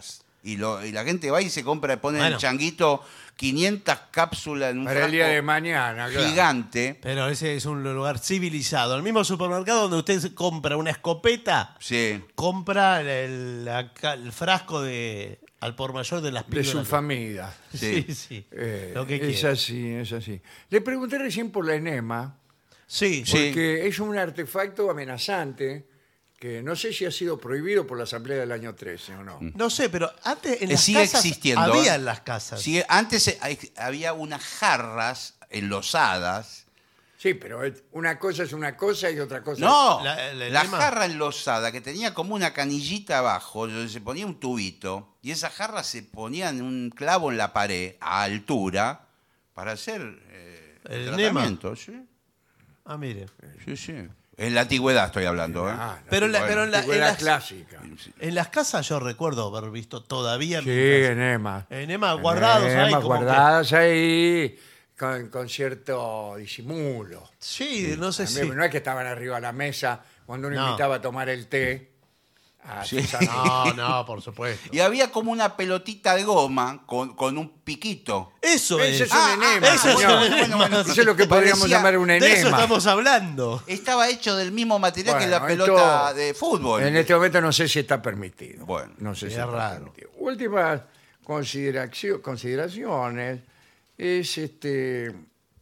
Y, lo, y la gente va y se compra, pone en
Bueno.
el changuito quinientas cápsulas en un
Para el día
frasco
de mañana, claro.
gigante.
Pero ese es un lugar civilizado. El mismo supermercado donde usted se compra una escopeta,
Sí.
compra el, la ca- el frasco de al por mayor de las
De
píldoras.
sulfamida.
Sí,
Sí.
sí.
Eh,
Lo que
es
quiera.
así, es así. Le pregunté recién por la enema,
Sí,
Sí.
porque es un artefacto amenazante que no sé si ha sido prohibido por la Asamblea del año trece o no.
No sé, pero antes en
Eh,
las
sigue
casas
existiendo,
había
¿eh?
en las casas.
Sí, antes eh, hay- había unas jarras enlosadas.
Sí, pero es- una cosa es una cosa y otra cosa
No,
La-
la,
la enema.
jarra enlosada que tenía como una canillita abajo, donde se ponía un tubito, y esa jarra se ponía en un clavo en la pared, a altura, para hacer eh,
El
tratamiento. Sí,
Ah, mire.
sí, sí. En la antigüedad estoy hablando, ¿eh?
Ah, la
Pero, la-
bueno,
pero en, la- en
antigüedad
las,
clásica.
en las casas yo recuerdo haber visto todavía en
Sí,
mi casa.
enemas.
Enemas guardados ahí.
Enemas
como que-
guardadas ahí con, con cierto disimulo.
Sí, no sé si.
También, no es que estaban arriba de la mesa cuando uno
No.
invitaba a tomar el té. a
Sí.
sus amigos.
No, no, por supuesto.
Y había como una pelotita de goma con, con un piquito.
Eso es.
Ese es un
Ah, ah,
enema,
eso es
señor.
un enema.
bueno,
Eso es lo que podríamos
Parecía-
llamar un
De eso
enema.
estamos hablando.
Estaba hecho del mismo material que
Bueno,
la pelota
esto-
de fútbol.
En este momento no sé si está permitido.
Bueno,
no sé si
es
está
raro.
permitido. Últimas consideracio- consideraciones es este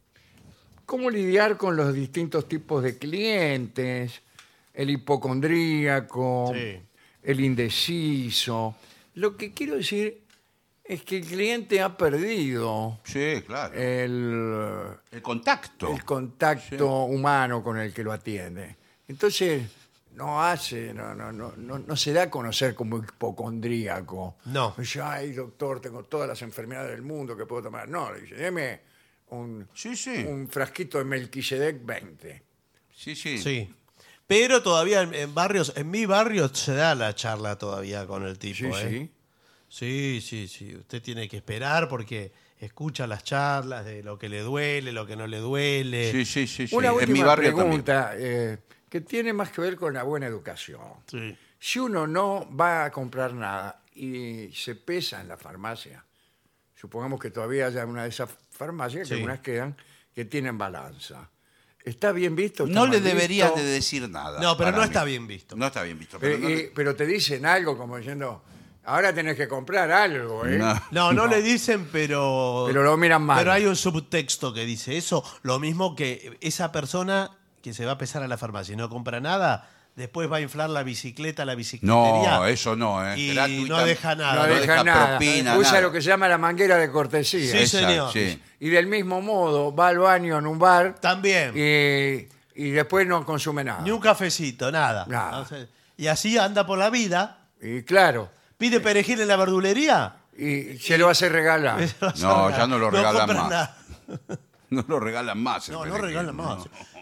cómo lidiar con los distintos tipos de clientes, el hipocondríaco,
Sí.
el indeciso. Lo que quiero decir es que el cliente ha perdido
Sí, claro.
el
el contacto.
el contacto humano con el que lo atiende. Entonces, no hace, no, no, no, no, no se da a conocer como hipocondríaco.
No.
Dice, ay, doctor, tengo todas las enfermedades del mundo que puedo tomar. No, le dice, deme un,
Sí, sí.
un frasquito de Melquisedec veinte.
Sí, sí.
Sí. Pero todavía en, en barrios, en mi barrio se da la charla todavía con el tipo.
Sí,
¿eh?
sí.
Sí, sí, sí. Usted tiene que esperar porque escucha las charlas de lo que le duele, lo que no le duele.
Sí, sí, sí, sí.
Una
En mi
última
barrio también.
pregunta eh, que tiene más que ver con la buena educación.
Sí.
Si uno no va a comprar nada y se pesa en la farmacia, supongamos que todavía haya una de esas farmacias, que
Sí.
algunas quedan, que tienen balanza. ¿Está bien visto? ¿Está
No le
mal
deberían
visto?
de decir nada.
No, pero
para
no
mí.
está bien visto.
No está bien visto.
Pero,
Pero no
y-
le-
pero te dicen algo como diciendo, ahora tenés que comprar algo, ¿eh?
No.
No, no, le dicen, pero.
Pero lo miran mal.
Pero hay un subtexto que dice eso. Lo mismo que esa persona que se va a pesar a la farmacia y no compra nada, después va a inflar la bicicleta, la bicicletería.
No, eso no, ¿eh?
Y
Gratuita-
no deja nada.
No
no
deja,
deja
nada.
propina,
Usa
nada.
lo que se llama la manguera de cortesía.
Sí,
Exacto,
señor.
sí.
Y del mismo modo va al baño en un bar
También.
y, y después no consume nada.
Ni un cafecito, nada.
Nada.
Entonces, y así anda por la vida.
Y claro,
Pide perejil en la verdulería.
y se lo hace regalar.
No, ya no lo regalan
compra
más.
nada.
No lo regalan más. el
No, no
perejil,
regalan más.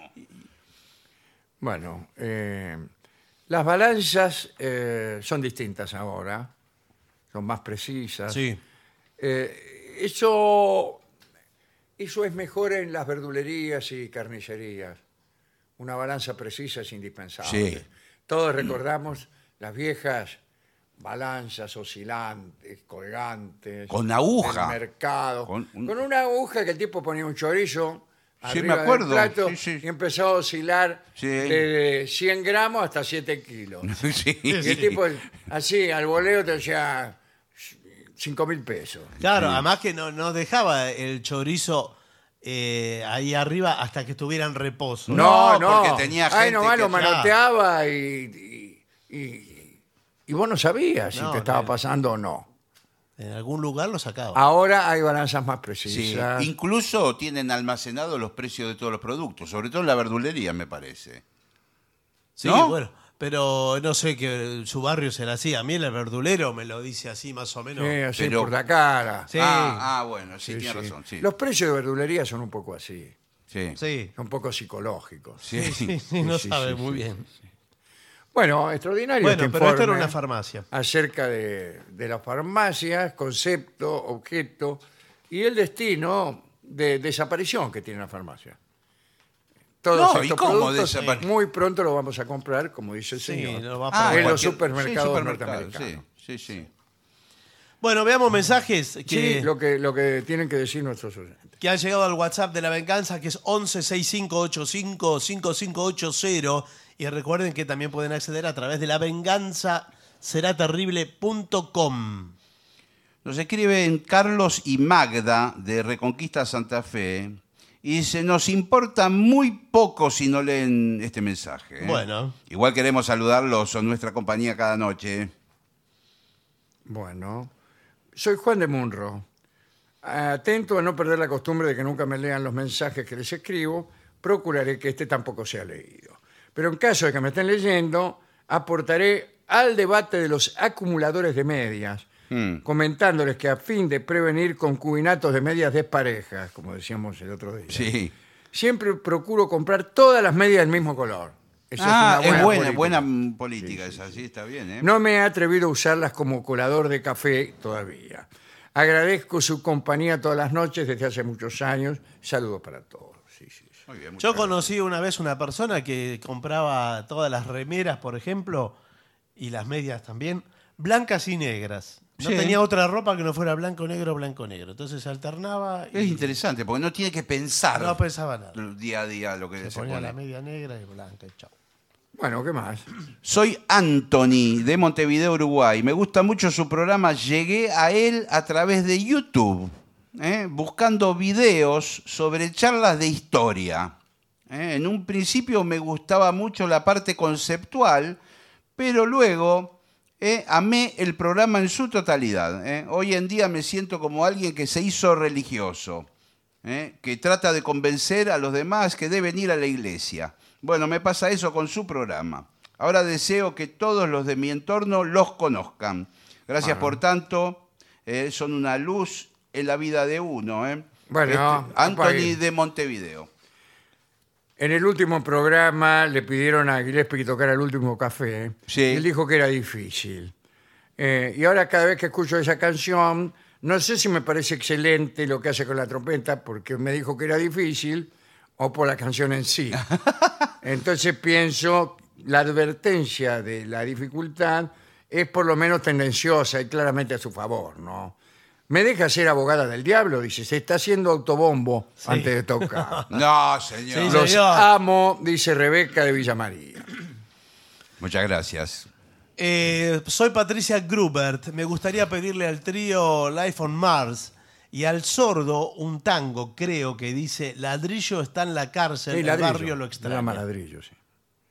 Bueno, eh, las balanzas eh, son distintas ahora, son más precisas.
Sí.
Eh, eso, eso es mejor en las verdulerías y carnicerías. Una balanza precisa es indispensable.
Sí.
Todos recordamos las viejas balanzas oscilantes, colgantes.
Con aguja.
Del mercado.
Con
Con,
un-
una aguja que el tipo ponía un chorizo
Sí,
arriba
me acuerdo.
del plato
Sí, sí.
y empezó a oscilar
Sí.
de cien gramos hasta siete kilos.
Sí.
Y el tipo, así, al voleo te decía cinco mil pesos.
Claro,
Sí.
además que no, no dejaba el chorizo eh, ahí arriba hasta que estuviera en reposo.
No, porque tenía
Ay,
gente
nomás
que-
lo manoteaba y, y, y- y vos no sabías si
No,
te estaba
no.
pasando o no.
En algún lugar lo sacaba.
Ahora hay balanzas más
Sí,
precisas.
incluso tienen almacenados los precios de todos los productos, sobre todo en la verdulería, me parece.
Sí,
¿no?
bueno. Pero no sé que su barrio será así. A mí el verdulero me lo dice así más o menos.
Sí, así
Pero-
por la cara.
Sí.
Ah, ah, bueno, sí,
Sí,
tiene
sí.
razón. Sí.
Los precios de verdulería son un poco así.
Sí.
Sí.
Son un poco psicológicos.
Sí.
Sí, sí, no
sí,
sabe
sí,
muy
sí,
bien.
Bueno, extraordinario
Bueno,
este
pero esto era
informe
una farmacia.
acerca de, de las farmacias, concepto, objeto y el destino de desaparición que tiene la farmacia. Todos
No, ¿y
estos
cómo
productos
desapare-
muy pronto lo vamos a comprar, como dice el
Sí,
señor,
lo va a
Ah,
en
probar.
los
cualquier-
supermercados
sí, supermercado,
norteamericanos.
Sí, sí, sí.
Bueno, veamos mensajes que,
Sí, lo que, lo que tienen que decir nuestros oyentes.
que han llegado al WhatsApp de La Venganza, que es once sesenta y cinco ochenta y cinco cincuenta y cinco ochenta. Y recuerden que también pueden acceder a través de la venganza será terrible punto com.
Nos escriben Carlos y Magda de Reconquista Santa Fe y dice, nos importa muy poco si no leen este mensaje. ¿eh?
Bueno.
Igual queremos saludarlos, son nuestra compañía cada noche.
Bueno, soy Juan de Munro. Atento a no perder la costumbre de que nunca me lean los mensajes que les escribo, procuraré que este tampoco sea leído. Pero en caso de que me estén leyendo, aportaré al debate de los acumuladores de medias,
Hmm.
comentándoles que a fin de prevenir concubinatos de medias desparejas, como decíamos el otro día,
Sí.
siempre procuro comprar todas las medias del mismo color. Esa
Ah,
es una
es buena,
política.
buena política esa, sí, está bien. ¿eh?
No me he atrevido a usarlas como colador de café todavía. Agradezco su compañía todas las noches desde hace muchos años. Saludos para todos. Sí, sí, sí.
Muy bien, muchas
Yo
gracias.
conocí una vez una persona que compraba todas las remeras, por ejemplo, y las medias también, blancas y negras. No
Sí.
tenía otra ropa que no fuera blanco, negro, blanco, negro. Entonces se alternaba y
Es interesante, porque no tiene que pensar
no pensaba nada.
día a día lo que se,
Se ponía
pone.
la media negra y blanca y chao.
Bueno, ¿qué más?
Soy Anthony de Montevideo, Uruguay. Me gusta mucho su programa. Llegué a él a través de YouTube, ¿eh? buscando videos sobre charlas de historia. ¿eh? En un principio me gustaba mucho la parte conceptual, pero luego eh, amé el programa en su totalidad. ¿eh? Hoy en día me siento como alguien que se hizo religioso, ¿eh? que trata de convencer a los demás que deben ir a la iglesia. Bueno, me pasa eso con su programa. Ahora deseo que todos los de mi entorno los conozcan. Gracias por tanto. eh, son una luz en la vida de uno. ¿eh?
Bueno,
Este, Anthony
apague.
de Montevideo.
En el último programa le pidieron a Gillespie que tocara el último café.
Sí.
Y él dijo que era difícil. Eh, y ahora cada vez que escucho esa canción, no sé si me parece excelente lo que hace con la trompeta, porque me dijo que era difícil, o por la canción en sí. Entonces pienso, la advertencia de la dificultad es por lo menos tendenciosa y claramente a su favor, ¿no? ¿Me deja ser abogada del diablo? Dice, se está haciendo autobombo antes de tocar.
No, señor.
Sí,
Los
señor.
amo, dice Rebeca de Villa María.
Muchas gracias.
Eh, soy Patricia Grubert. Me gustaría pedirle al trío Life on Mars y al sordo un tango, creo que dice Ladrillo está en la cárcel,
Sí,
el
ladrillo.
barrio lo
Se
extraña.
llama ladrillo, sí.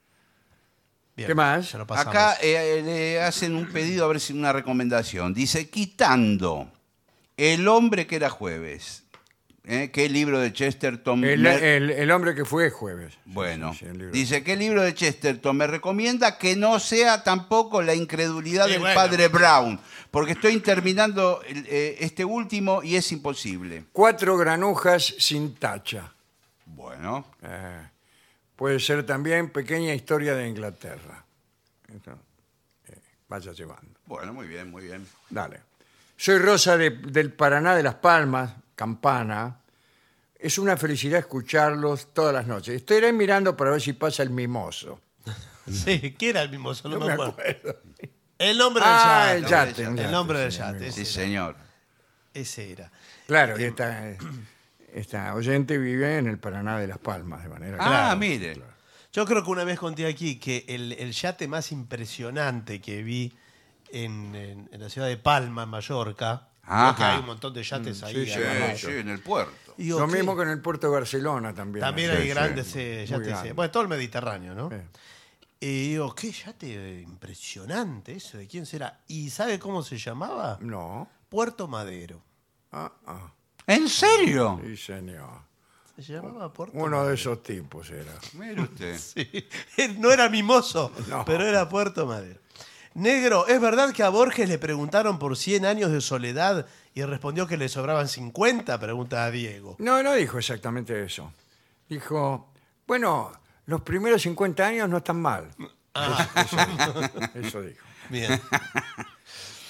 Bien,
¿Qué más?
se lo pasamos.
Acá eh, le hacen un pedido, a ver si una recomendación. Dice, quitando El hombre que era jueves. ¿Eh? ¿Qué libro de Chesterton?
El,
me-
el- el hombre que fue jueves.
Bueno,
Sí, sí, el libro.
dice, ¿qué libro de Chesterton me recomienda que no sea tampoco La incredulidad
Sí,
del
bueno.
padre Brown? Porque estoy terminando el- eh, este último y es imposible.
Cuatro granujas sin tacha.
Bueno,
Eh, puede ser también Pequeña historia de Inglaterra. Esto, eh, vaya llevando.
bueno, muy bien, muy bien.
Dale. Soy Rosa de- del Paraná de Las Palmas, Campana. Es una felicidad escucharlos todas las noches. Estoy mirando para ver si pasa el mimoso.
Sí, ¿qué era el mismo? Solo
No
me
me
acuerdo.
acuerdo.
El nombre del
Ah,
yate.
el yate.
El
un yate,
nombre del
sí,
yate,
el
ese
Sí,
era.
señor.
Ese era.
Claro, y esta, eh, esta oyente vive en el Paraná de Las Palmas, de manera que-
Ah,
Claro,
mire.
claro.
Yo creo que una vez conté aquí que el, el yate más impresionante que vi en, en- en la ciudad de Palma, en Mallorca,
Ajá.
veo que hay un montón de yates ahí.
sí,
Sí,
agarrados.
sí, en el puerto.
Y digo,
Lo
¿qué?
mismo que en el puerto de Barcelona también.
También
Sí,
hay
sí,
grandes
muy
eh, yates.
grande.
eh, Bueno, todo el Mediterráneo, ¿no?
Sí.
Y digo, qué yate impresionante ese, ¿de quién será? ¿Y sabe cómo se llamaba?
No.
Puerto Madero.
Ah, ah.
¿En serio?
Sí, señor.
Se llamaba Puerto
Uno
Madero.
de esos tipos era.
Mire usted.
Sí. No era mimoso,
No.
pero era Puerto Madero. Negro, ¿es verdad que a Borges le preguntaron por cien años de soledad y respondió que le sobraban cincuenta? Pregunta a Diego.
No, no dijo exactamente eso. Dijo, bueno, los primeros cincuenta años no están mal.
Ah.
Eso, eso dijo.
Bien.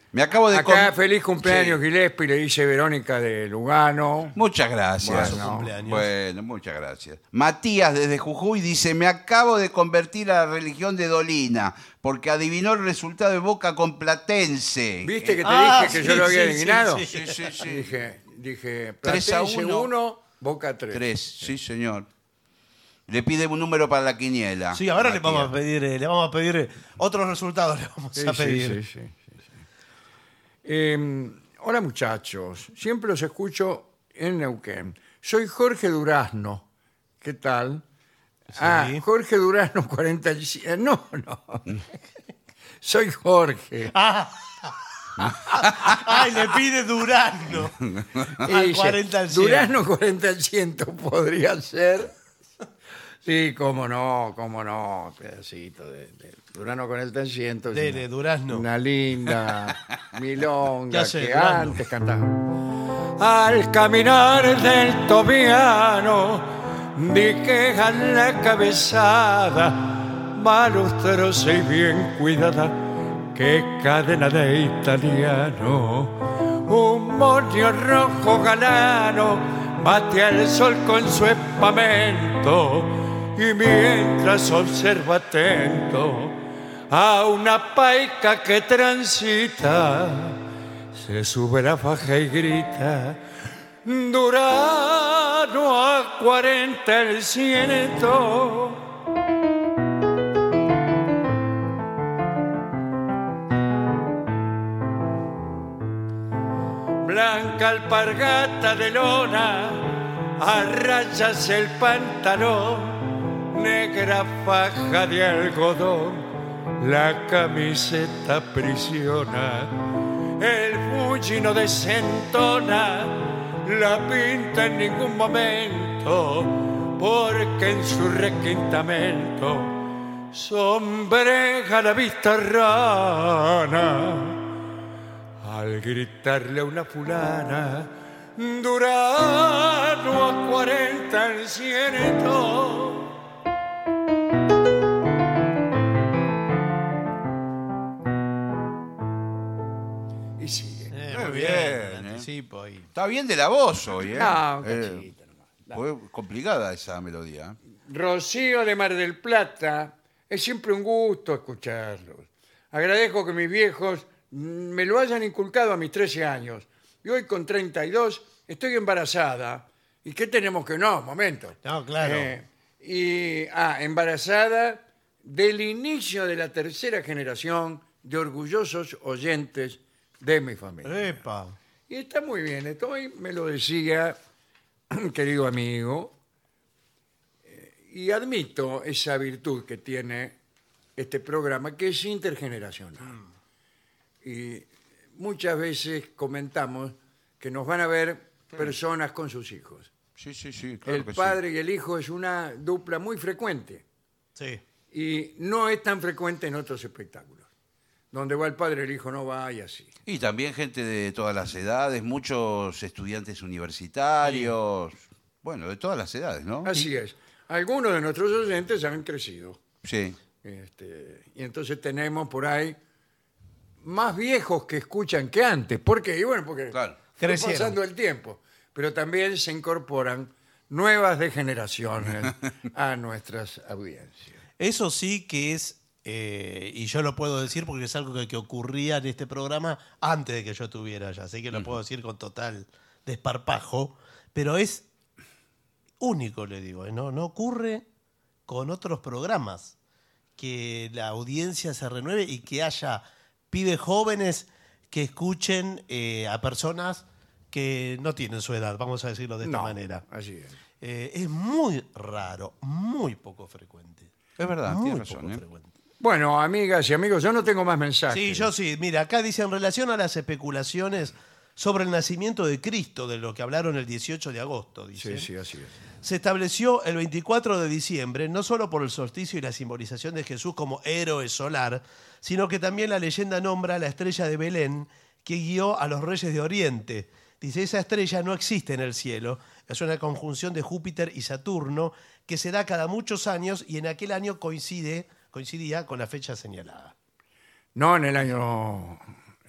Me acabo de...
Acá,
com-
feliz cumpleaños,
Sí.
Gillespie, le dice Verónica de Lugano.
Muchas gracias.
Bueno, cumpleaños.
Bueno, muchas gracias. Matías desde Jujuy dice, me acabo de convertir a la religión de Dolina porque adivinó el resultado de Boca con Platense.
¿Viste que te
Ah,
dije que
sí,
yo lo había
sí,
adivinado?
sí,
Sí, sí, sí.
Dije, dije
Tres a
Platense
uno.
uno, Boca tres.
Tres, sí, señor. Le pide un número para la quiniela.
Sí, ahora le
Matías.
vamos a pedir, eh, le vamos a pedir eh, otros resultados. Le vamos
Sí,
a
sí,
pedir.
sí, sí, sí, sí. Eh, hola muchachos, siempre los escucho en Neuquén. Soy Jorge Durazno. ¿Qué tal? Ah, Jorge Durazno cuarenta y siete. No, no. Soy Jorge.
Ah. Ay, le pide Durazno.
Y
Al
dice,
cuarenta al cien.
Durazno cuarenta al cien podría ser. Sí, cómo no, cómo no. Pedacito de, de Durazno cuarenta al cien. es
Dele,
una-
Durazno.
Una linda milonga
Ya sé,
que
Durazno.
antes cantaba. Al caminar del Tobiano, diqueja la cabezada, malustроsa y bien cuidada, qué cadena de italiano. Un moño rojo galano bate al sol con su espamento y mientras observa atento a una paica que transita, se sube la faja y grita, Durano a cuarenta el ciento. Blanca alpargata de lona, a rayas el pantalón, negra faja de algodón, la camiseta aprisiona. El fuji no desentona la pinta en ningún momento, porque en su requintamento sombreja la vista rana. Al gritarle a una fulana, Durano a cuarenta al ciento. Y sigue.
Eh,
Muy
muy
bien,
bien,
eh.
el anticipo ahí.
Está bien de la voz hoy, ¿eh?
No, un
Eh,
cachito nomás.
fue complicada esa melodía.
Rocío de Mar del Plata, es siempre un gusto escucharlos. Agradezco que mis viejos mm, me lo hayan inculcado a mis trece años. Y hoy con treinta y dos estoy embarazada. ¿Y qué tenemos que no? Momento.
No, claro.
Eh, y, ah, embarazada del inicio de la tercera generación de orgullosos oyentes de mi familia.
Epa.
Y está muy bien, esto hoy me lo decía, querido amigo, eh, y admito esa virtud que tiene este programa, que es intergeneracional. Y muchas veces comentamos que nos van a ver personas con sus hijos.
Sí, sí, sí, claro
El
que sí.
padre y el hijo es una dupla muy frecuente
Sí.
y no es tan frecuente en otros espectáculos. Donde va el padre, el hijo no va y así.
Y también gente de todas las edades, muchos estudiantes universitarios, bueno, de todas las edades, ¿no?
Así es. Algunos de nuestros oyentes han crecido.
Sí.
Este, y entonces tenemos por ahí más viejos que escuchan que antes. ¿Por qué? Y bueno, porque
Claro.
fue
Crecieron.
pasando el tiempo. Pero también se incorporan nuevas degeneraciones a nuestras audiencias.
Eso sí que es, eh, y yo lo puedo decir porque es algo que, que ocurría en este programa antes de que yo estuviera allá, así que lo puedo decir con total desparpajo, pero es único, le digo, ¿eh? no, no ocurre con otros programas, que la audiencia se renueve y que haya pibes jóvenes que escuchen eh, a personas que no tienen su edad, vamos a decirlo de esta
No,
manera.
así es.
Eh, es muy raro, muy poco frecuente.
Es verdad,
Muy
tienes
poco
razón. ¿eh?
frecuente.
Bueno, amigas y amigos, yo no tengo más mensajes.
Sí, yo sí. Mira, acá dice en relación a las especulaciones sobre el nacimiento de Cristo, de lo que hablaron el dieciocho de agosto, dice.
Sí, sí, así es.
Se estableció el veinticuatro de diciembre, no solo por el solsticio y la simbolización de Jesús como héroe solar, sino que también la leyenda nombra la estrella de Belén que guió a los reyes de Oriente. Dice, esa estrella no existe en el cielo, es una conjunción de Júpiter y Saturno que se da cada muchos años y en aquel año coincide, coincidía con la fecha señalada.
No en el año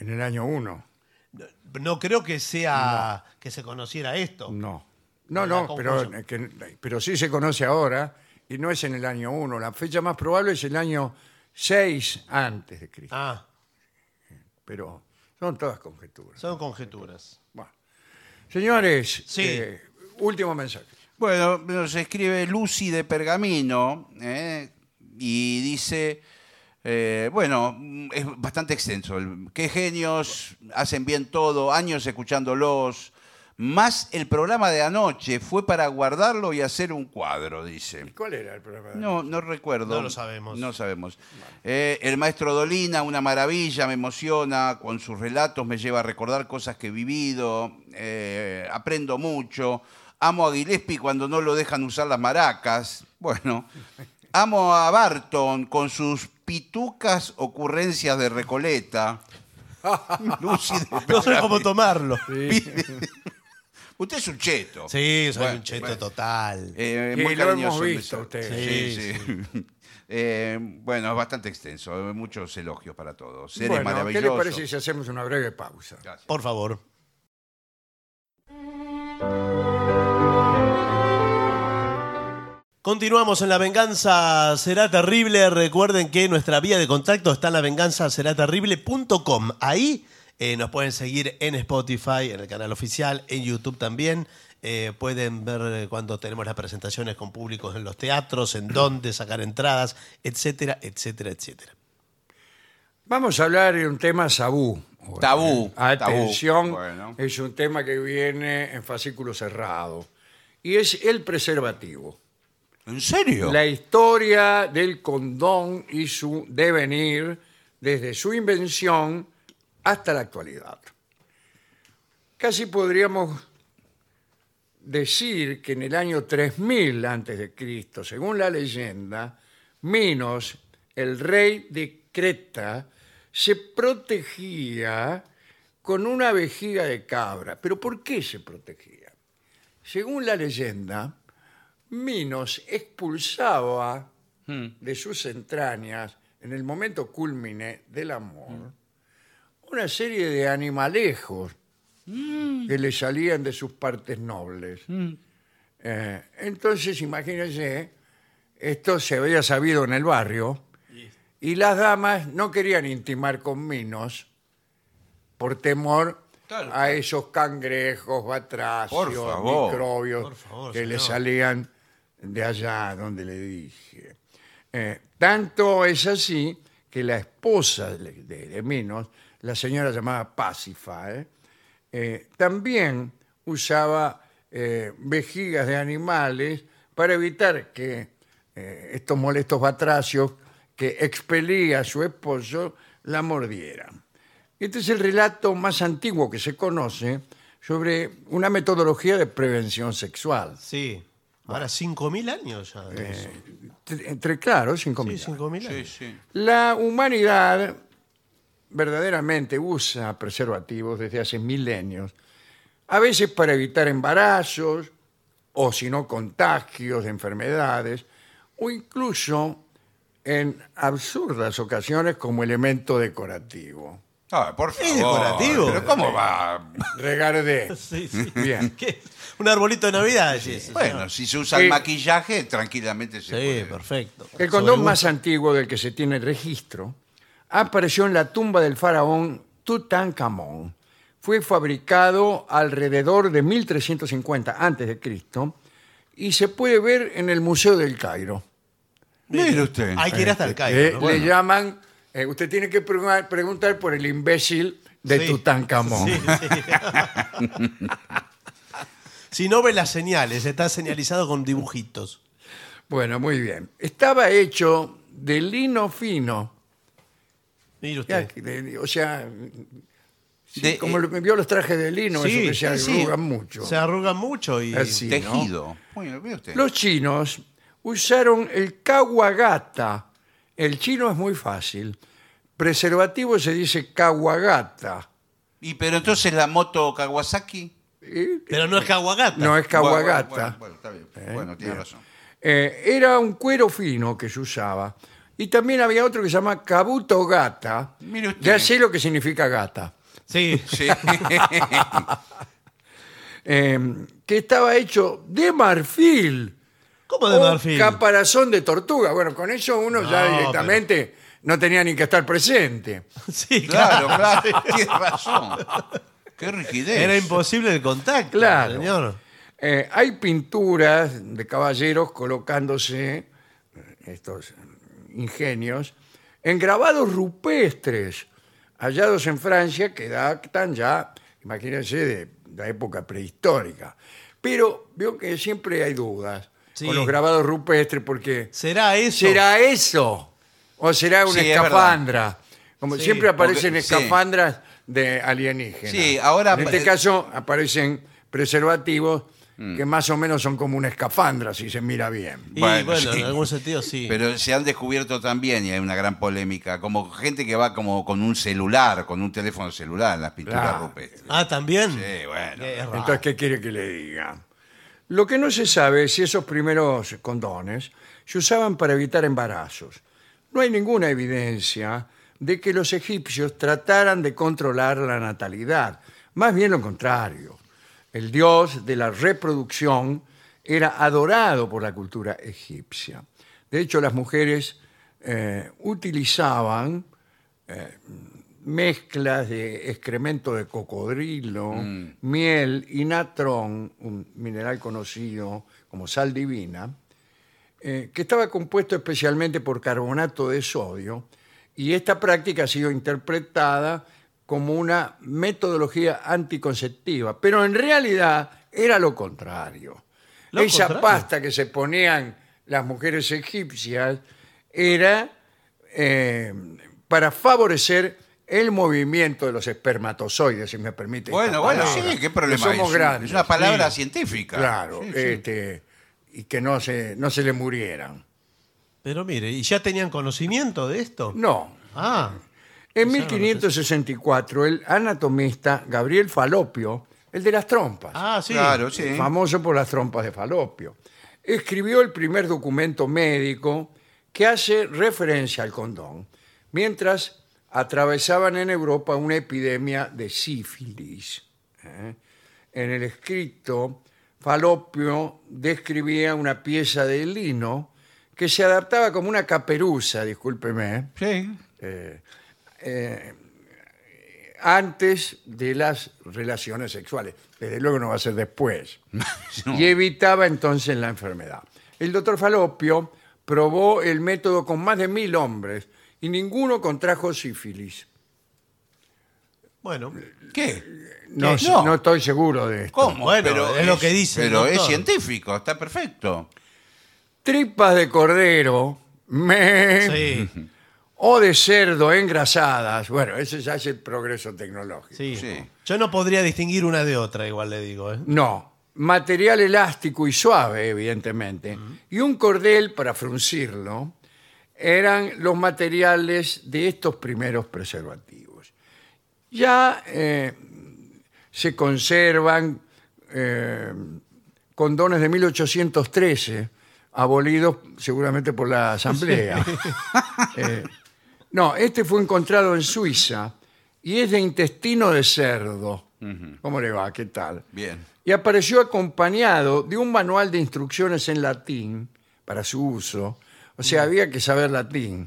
En el año uno.
No creo que sea que se conociera esto.
No. No,
En la
no, pero,
confusión.
que- pero sí se conoce ahora y no es en el año uno. La fecha más probable es el año seis antes de Cristo.
Ah,
Pero son todas conjeturas.
son conjeturas.
Bueno. Señores,
Sí.
eh, último mensaje.
Bueno, nos escribe Lucy de Pergamino ¿eh? y dice, eh, bueno, es bastante extenso. el- Qué genios, hacen bien todo, años escuchándolos. Más el programa de anoche fue para guardarlo y hacer un cuadro, dice.
¿Cuál era el programa? de
No,
anoche?
no recuerdo.
No lo sabemos.
No sabemos. Eh, el maestro Dolina, una maravilla, me emociona, con sus relatos me lleva a recordar cosas que he vivido, eh, aprendo mucho. Amo a Gillespie cuando no lo dejan usar las maracas. Bueno, amo a Barton con sus pitucas ocurrencias de Recoleta. Lucy de
No sé cómo tomarlo.
Usted es un cheto.
Sí, soy
Bueno,
un cheto
bueno.
total.
Eh,
Sí,
muy
lo
cariñoso
hemos
el
visto
beso.
ustedes.
Sí, sí. Eh, bueno, es bastante extenso. Muchos elogios para todos. Seres
Bueno, ¿qué le
maravillosos.
parece si hacemos una breve pausa?
Gracias.
Por favor. Continuamos en La Venganza Será Terrible. Recuerden que nuestra vía de contacto está en la venganza será terrible punto com. Ahí eh, nos pueden seguir en Spotify, en el canal oficial, en YouTube también. Eh, pueden ver eh, cuando tenemos las presentaciones con públicos en los teatros, en dónde sacar entradas, etcétera, etcétera, etcétera.
Vamos a hablar de un tema tabú.
Tabú,
Atención,
tabú. Bueno.
es un tema que viene en fascículo cerrado. Y es el preservativo.
¿En serio?
La historia del condón y su devenir desde su invención hasta la actualidad. Casi podríamos decir que en el año tres mil antes de Cristo, según la leyenda, Minos, el rey de Creta, se protegía con una vejiga de cabra. ¿Pero por qué se protegía? Según la leyenda, Minos expulsaba de sus entrañas, en el momento cúlmine del amor, una serie de animalejos que le salían de sus partes nobles. Eh, entonces, imagínense, esto se había sabido en el barrio y las damas no querían intimar con Minos por temor
Claro.
a esos cangrejos, batracios,
Por favor.
microbios
Por favor,
que le
señor.
salían de allá donde le dije. Eh, tanto es así que la esposa de, de- de Minos, la señora llamada Pásifa, ¿eh? Eh, también usaba eh, vejigas de animales para evitar que eh, estos molestos batracios que expelía a su esposo la mordieran. Este es el relato más antiguo que se conoce sobre una metodología de prevención sexual.
Sí. Ahora cinco mil años ya. de eso.
Entre, entre, claro, cinco
Sí,
mil.
cinco mil
Sí,
años.
sí.
La humanidad verdaderamente usa preservativos desde hace milenios, a veces para evitar embarazos o si no contagios de enfermedades, o incluso en absurdas ocasiones como elemento decorativo.
Ah, por favor.
¿Es decorativo?
¿Pero cómo va?
Regardé.
Sí, sí.
Bien.
¿Qué? ¿Un arbolito de Navidad? Sí, sí,
Bueno,
señor.
si se usa
Sí.
el maquillaje, tranquilamente se
Sí,
puede.
perfecto.
El condón
Sobre
más antiguo del que se tiene registro apareció en la tumba del faraón Tutankamón. Fue fabricado alrededor de mil trescientos cincuenta antes de Cristo y se puede ver en el Museo del Cairo.
Mire usted.
Hay que ir hasta el Cairo,
Eh,
¿no?
Le
Bueno.
llaman, eh, usted tiene que preguntar, preguntar por el imbécil de
Sí.
Tutankamón.
Sí, sí. Si no ve las señales, está señalizado con dibujitos.
Bueno, muy bien. Estaba hecho de lino fino.
Mire
Ya,
usted.
de- o sea, sí,
De-
como lo- vio los trajes de lino,
Sí,
eso que se
sí, sí.
arrugan mucho.
Se arrugan mucho y...
Así. ¿no?
Tejido. Bueno, mire usted.
Los chinos usaron el kawagata. El chino es muy fácil. Preservativo se dice kawagata.
Y pero entonces la moto Kawasaki.
¿Eh?
Pero no es Kawagata.
No es kawagata.
Bueno, bueno, bueno, está bien. Bueno, tiene razón.
Eh, era un cuero fino que se usaba Y también había otro que se llama Kabuto Gata.
Mire usted.
Ya sé lo que significa gata.
Sí.
Sí.
Eh, que estaba hecho de marfil.
¿Cómo de
o
marfil?
caparazón de tortuga. Bueno, con eso uno ya
No,
directamente no tenía ni que estar presente.
Sí,
Claro,
claro.
claro. Tiene razón. Qué rigidez.
Era imposible el contacto,
Claro.
señor.
Eh, hay pinturas de caballeros colocándose eh, estos ingenios en grabados rupestres hallados en Francia que datan ya, imagínense, de la época prehistórica. Pero veo que siempre hay dudas
Sí.
con los grabados rupestres porque
¿Será eso?
¿será eso? ¿O será una
Sí, es
escafandra? Como
Sí,
siempre aparecen
porque- sí.
escafandras de alienígenas.
Sí, ahora-
En este caso aparecen preservativos que más o menos son como una escafandra, si se mira bien.
Y
Bueno,
bueno,
sí.
en algún sentido sí.
Pero se han descubierto también, y hay una gran polémica, como gente que va como con un celular, con un teléfono celular en las pinturas
Claro.
rupestres.
Ah, ¿también?
Sí, bueno.
Qué raro.
Entonces, ¿qué quiere que le diga? Lo que no se sabe es si esos primeros condones se usaban para evitar embarazos. No hay ninguna evidencia de que los egipcios trataran de controlar la natalidad. Más bien lo contrario. El dios de la reproducción era adorado por la cultura egipcia. De hecho, las mujeres eh, utilizaban eh, mezclas de excremento de cocodrilo, miel y natrón, un mineral conocido como sal divina, eh, que estaba compuesto especialmente por carbonato de sodio, y esta práctica ha sido interpretada como una metodología anticonceptiva, pero en realidad era lo contrario.
¿Lo
Esa
contrario?
pasta que se ponían las mujeres egipcias era eh, para favorecer el movimiento de los espermatozoides, si me permite. esta
Bueno, bueno,
palabra,
sí, qué problema
que somos
es.
grandes.
Es una palabra
Sí.
científica.
Claro,
Sí, sí.
este, y que no se, no se le murieran.
Pero mire, ¿y ya tenían conocimiento de esto?
No.
Ah,
En
Esa
mil quinientos sesenta y cuatro, el anatomista Gabriel Falopio, el de las trompas,
ah, sí.
Claro, sí.
famoso por las trompas de Falopio, escribió el primer documento médico que hace referencia al condón, mientras atravesaban en Europa una epidemia de sífilis. ¿eh? En el escrito, Falopio describía una pieza de lino que se adaptaba como una caperuza, discúlpeme,
Sí.
eh, eh, antes de las relaciones sexuales. Desde luego no va a ser después.
No.
Y evitaba entonces la enfermedad. El doctor Falopio probó el método con más de mil hombres y ninguno contrajo sífilis.
Bueno,
¿Qué?
No,
¿Qué?
no.
No.
estoy seguro de esto.
¿Cómo?
Bueno, es lo que dice el
Pero es
doctor.
científico, está perfecto.
Tripas de cordero, me,
sí,
o de cerdo engrasadas. Bueno, ese ya es el progreso tecnológico.
sí,
Sí.
Yo no podría distinguir una de otra, igual le digo. ¿eh?
No, material elástico y suave, evidentemente, y un cordel para fruncirlo, eran los materiales de estos primeros preservativos. Ya eh, se conservan eh, condones de mil ochocientos trece, abolidos seguramente por la Asamblea. Eh, no, este fue encontrado en Suiza y es de intestino de cerdo. ¿Cómo le va? ¿Qué tal?
Bien.
Y apareció acompañado de un manual de instrucciones en latín para su uso. O sea, había que saber latín.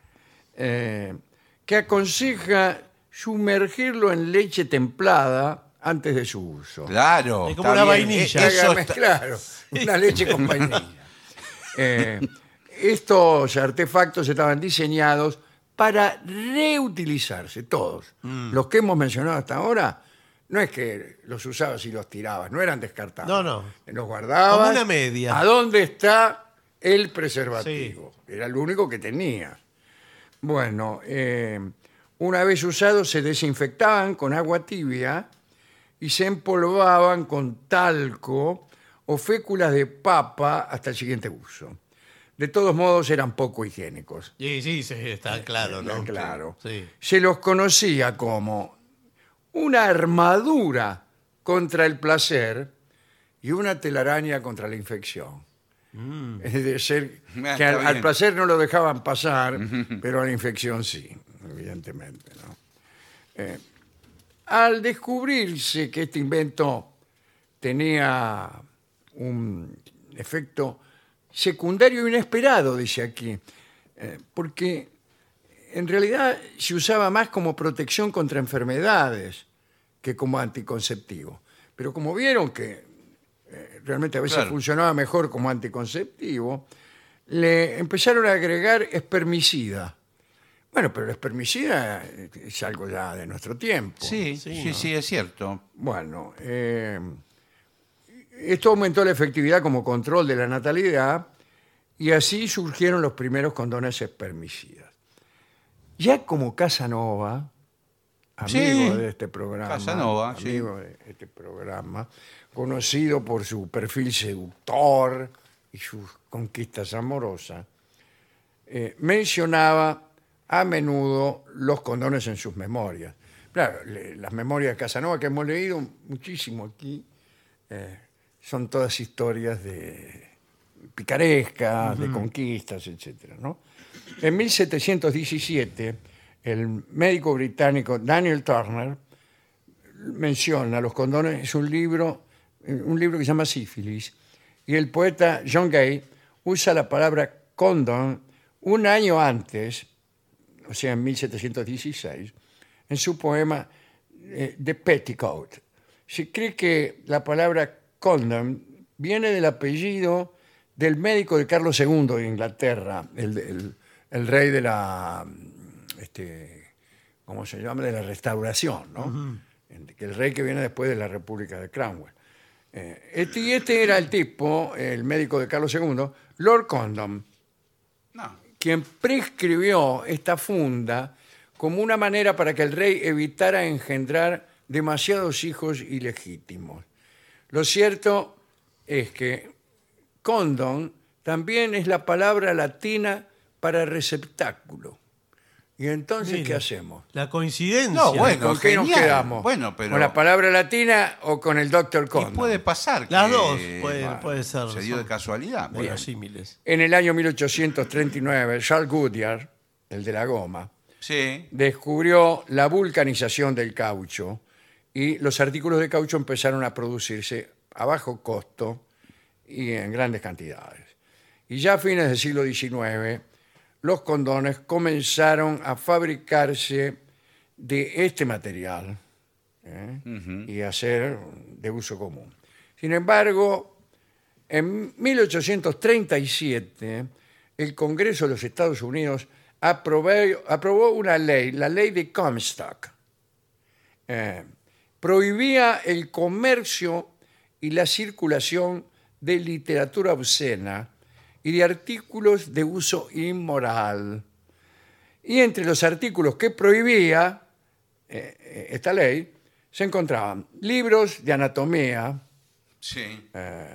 Eh, que aconseja sumergirlo en leche templada antes de su uso.
Claro.
Es como
está
una
bien.
vainilla.
Eh, Eso
Hágame,
está-
claro, una leche con vainilla. Eh, estos artefactos estaban diseñados para reutilizarse, todos.
Mm.
Los que hemos mencionado hasta ahora, no es que los usabas y los tirabas, no eran descartables.
No, no.
Los guardabas.
Como una media.
¿A dónde está el preservativo? Era el único que tenía. Bueno, eh, una vez usados se desinfectaban con agua tibia y se empolvaban con talco o féculas de papa hasta el siguiente uso. De todos modos eran poco higiénicos.
Sí, sí, sí, está claro, ¿no?
Claro.
Sí.
Se los conocía como una armadura contra el placer y una telaraña contra la infección. Es de ser
Ah,
que
está
al, al
bien.
placer no lo dejaban pasar, pero a la infección sí, evidentemente, ¿no? Eh, al descubrirse que este invento tenía un efecto secundario inesperado, dice aquí, eh, porque en realidad se usaba más como protección contra enfermedades que como anticonceptivo. Pero como vieron que eh, realmente a veces
Claro.
funcionaba mejor como anticonceptivo, le empezaron a agregar espermicida. Bueno, pero el espermicida es algo ya de nuestro tiempo.
Sí,
Sí,
sí,
¿no?
sí, es cierto.
Bueno, eh, esto aumentó la efectividad como control de la natalidad y así surgieron los primeros condones espermicidas. Ya como Casanova, amigo
Sí,
de este programa,
Casanova, sí.
amigo de este programa, conocido por su perfil seductor y sus conquistas amorosas, eh, mencionaba a menudo los condones en sus memorias. Claro, le- las memorias de Casanova que hemos leído muchísimo aquí eh, son todas historias de picarescas, de conquistas, etcétera, ¿no? En mil setecientos diecisiete, el médico británico Daniel Turner menciona los condones, es un libro, un libro que se llama Sífilis, y el poeta John Gay usa la palabra condom un año antes, o sea, en mil setecientos dieciséis, en su poema eh, The Petticoat. Se cree que la palabra condom viene del apellido del médico de Carlos segundo de Inglaterra, el, el- el rey de la, este, ¿cómo se llama? De la restauración, ¿no? Que el rey que viene después de la República de Cromwell. Eh, este, y este era el tipo, el médico de Carlos segundo, Lord Condom,
No.
quien prescribió esta funda como una manera para que el rey evitara engendrar demasiados hijos ilegítimos. Lo cierto es que condom también es la palabra latina para receptáculo. ¿Y entonces
Mire,
qué hacemos?
La coincidencia.
No, bueno.
¿Con qué nos
genial.
quedamos?
Bueno, pero-
¿Con la palabra latina o con el doctor
Y
Condom?
puede pasar que
Las dos, puede, puede ser.
se dio de
son
casualidad. Bueno,
verosímiles.
En el año mil ochocientos treinta y nueve, Charles Goodyear, el de la goma,
sí,
descubrió la vulcanización del caucho y los artículos de caucho empezaron a producirse a bajo costo y en grandes cantidades. Y ya a fines del siglo diecinueve, los condones comenzaron a fabricarse de este material ¿eh? y a ser de uso común. Sin embargo, en mil ochocientos treinta y siete, el Congreso de los Estados Unidos aprobó, aprobó una ley, la ley de Comstock. Eh, prohibía el comercio y la circulación de literatura obscena y de artículos de uso inmoral. Y entre los artículos que prohibía eh, esta ley se encontraban libros de anatomía,
sí.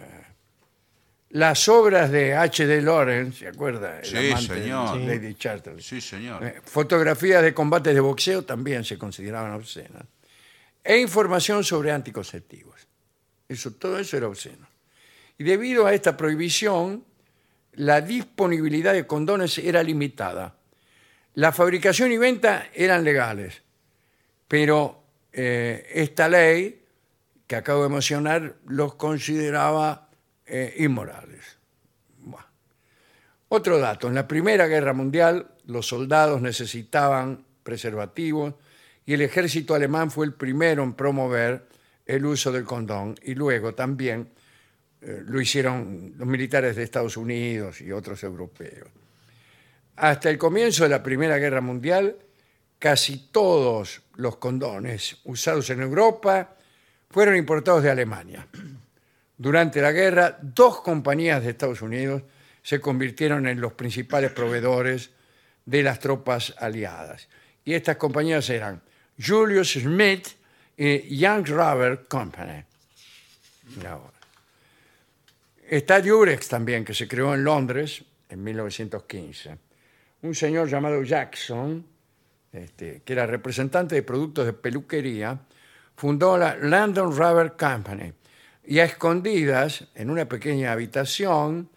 las obras de H D Lawrence, ¿se acuerda? El
Sí,
amante
señor.
de Lady Chatterley.
Sí, señor.
Eh, fotografías de combates de boxeo también se consideraban obscenas. E información sobre anticonceptivos. Eso, todo eso era obsceno. Y debido a esta prohibición, la disponibilidad de condones era limitada. La fabricación y venta eran legales, pero eh, esta ley que acabo de mencionar los consideraba eh, inmorales. Buah. Otro dato, en la Primera Guerra Mundial los soldados necesitaban preservativos y el ejército alemán fue el primero en promover el uso del condón y luego también eh, lo hicieron los militares de Estados Unidos y otros europeos. Hasta el comienzo de la Primera Guerra Mundial, casi todos los condones usados en Europa fueron importados de Alemania. Durante la guerra, dos compañías de Estados Unidos se convirtieron en los principales proveedores de las tropas aliadas. Y estas compañías eran Julius Smith y Young Rubber Company. Mirá vos. Está Durex también, que se creó en Londres en mil novecientos quince. Un señor llamado Jackson, este, que era representante de productos de peluquería, fundó la London Rubber Company y a escondidas, en una pequeña habitación,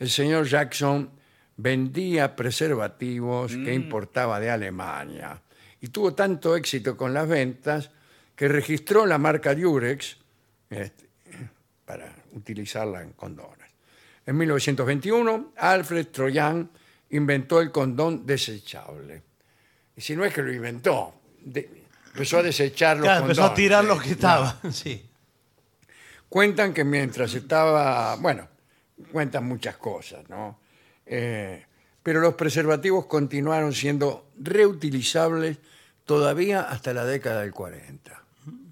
el señor Jackson vendía preservativos que importaba de Alemania y tuvo tanto éxito con las ventas que registró la marca Durex este, para utilizarla en condones. En mil novecientos veintiuno, Alfred Troyan inventó el condón desechable. Y si no es que lo inventó, de- empezó a desechar los
Claro,
condones.
empezó a tirar los
eh,
que estaban. Sí.
Cuentan que mientras estaba, bueno, cuentan muchas cosas, ¿no? Eh, pero los preservativos continuaron siendo reutilizables todavía hasta la década del cuarenta.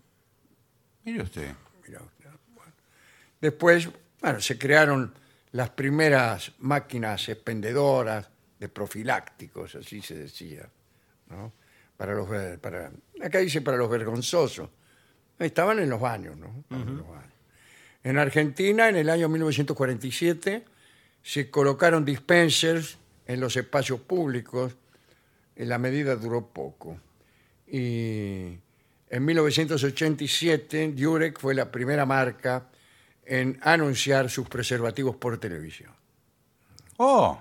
Mire usted.
Mirá usted, bueno. Después, bueno, se crearon las primeras máquinas expendedoras de profilácticos, así se decía, ¿no? Para los, ver- para, acá dice para los vergonzosos. Estaban en los baños, ¿no? Estaban en los baños. En Argentina, en el año mil novecientos cuarenta y siete, se colocaron dispensers en los espacios públicos. La medida duró poco. Y en mil novecientos ochenta y siete, Durex fue la primera marca en anunciar sus preservativos por televisión.
Oh,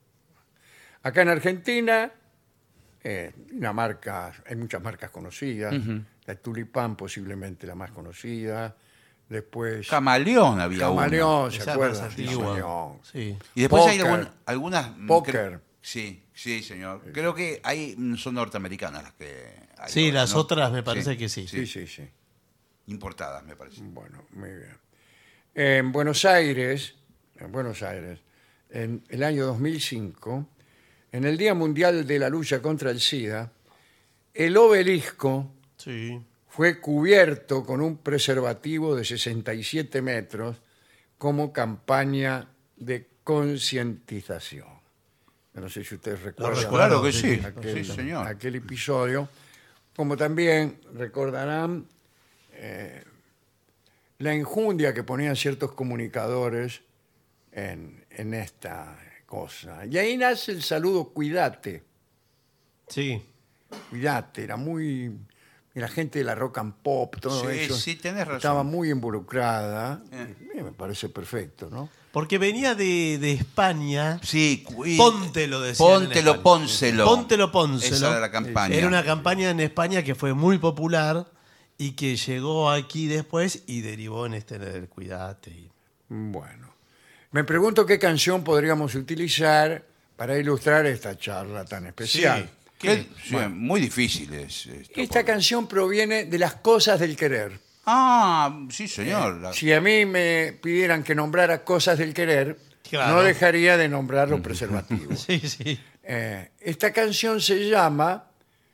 Acá en Argentina, eh, una marca, hay muchas marcas conocidas. La Tulipán posiblemente la más conocida. Después
Camaleón había uno.
Camaleón, ¿se
Esa es
acuerdan?
más
Sí,
antigua.
señor.
Sí.
Y después hay
Póker.
algún- algunas... mm,
Póker.
creo- sí, sí, señor. Creo que hay, mm, son norteamericanas las que hay
Sí,
ahora,
las
¿no?
otras me parece que sí.
Sí, sí, sí.
Importadas, me parece.
Bueno, muy bien. En Buenos Aires, en Buenos Aires, en el año dos mil cinco, en el Día Mundial de la Lucha contra el SIDA, el obelisco
Sí.
fue cubierto con un preservativo de sesenta y siete metros como campaña de concientización. No sé si ustedes recuerdan
recuerdo,
Claro que sí,
aquel,
sí, señor.
aquel episodio, como también recordarán eh, la enjundia que ponían ciertos comunicadores en, en esta cosa. Y ahí nace el saludo cuídate.
Sí.
Cuídate, era muy... y la gente de la rock and pop, todo
Sí,
eso,
sí, tenés razón.
estaba muy involucrada.
Eh.
Y me parece perfecto, ¿no?
Porque venía de, de España.
Sí, cu- y-
Póntelo, decían en
Póntelo,
España.
pónselo.
Póntelo, pónselo.
Esa era la campaña.
Era una campaña en España que fue muy popular y que llegó aquí después y derivó en este del cuidate. y-
Bueno, me pregunto qué canción podríamos utilizar para ilustrar esta charla tan especial.
Que- sí, muy difícil es esto.
Esta canción proviene de Las Cosas del Querer.
Ah, sí, señor. La-
Si a mí me pidieran que nombrara Cosas del Querer,
Claro.
no dejaría de nombrar los preservativos.
Sí, sí.
Eh, esta canción se llama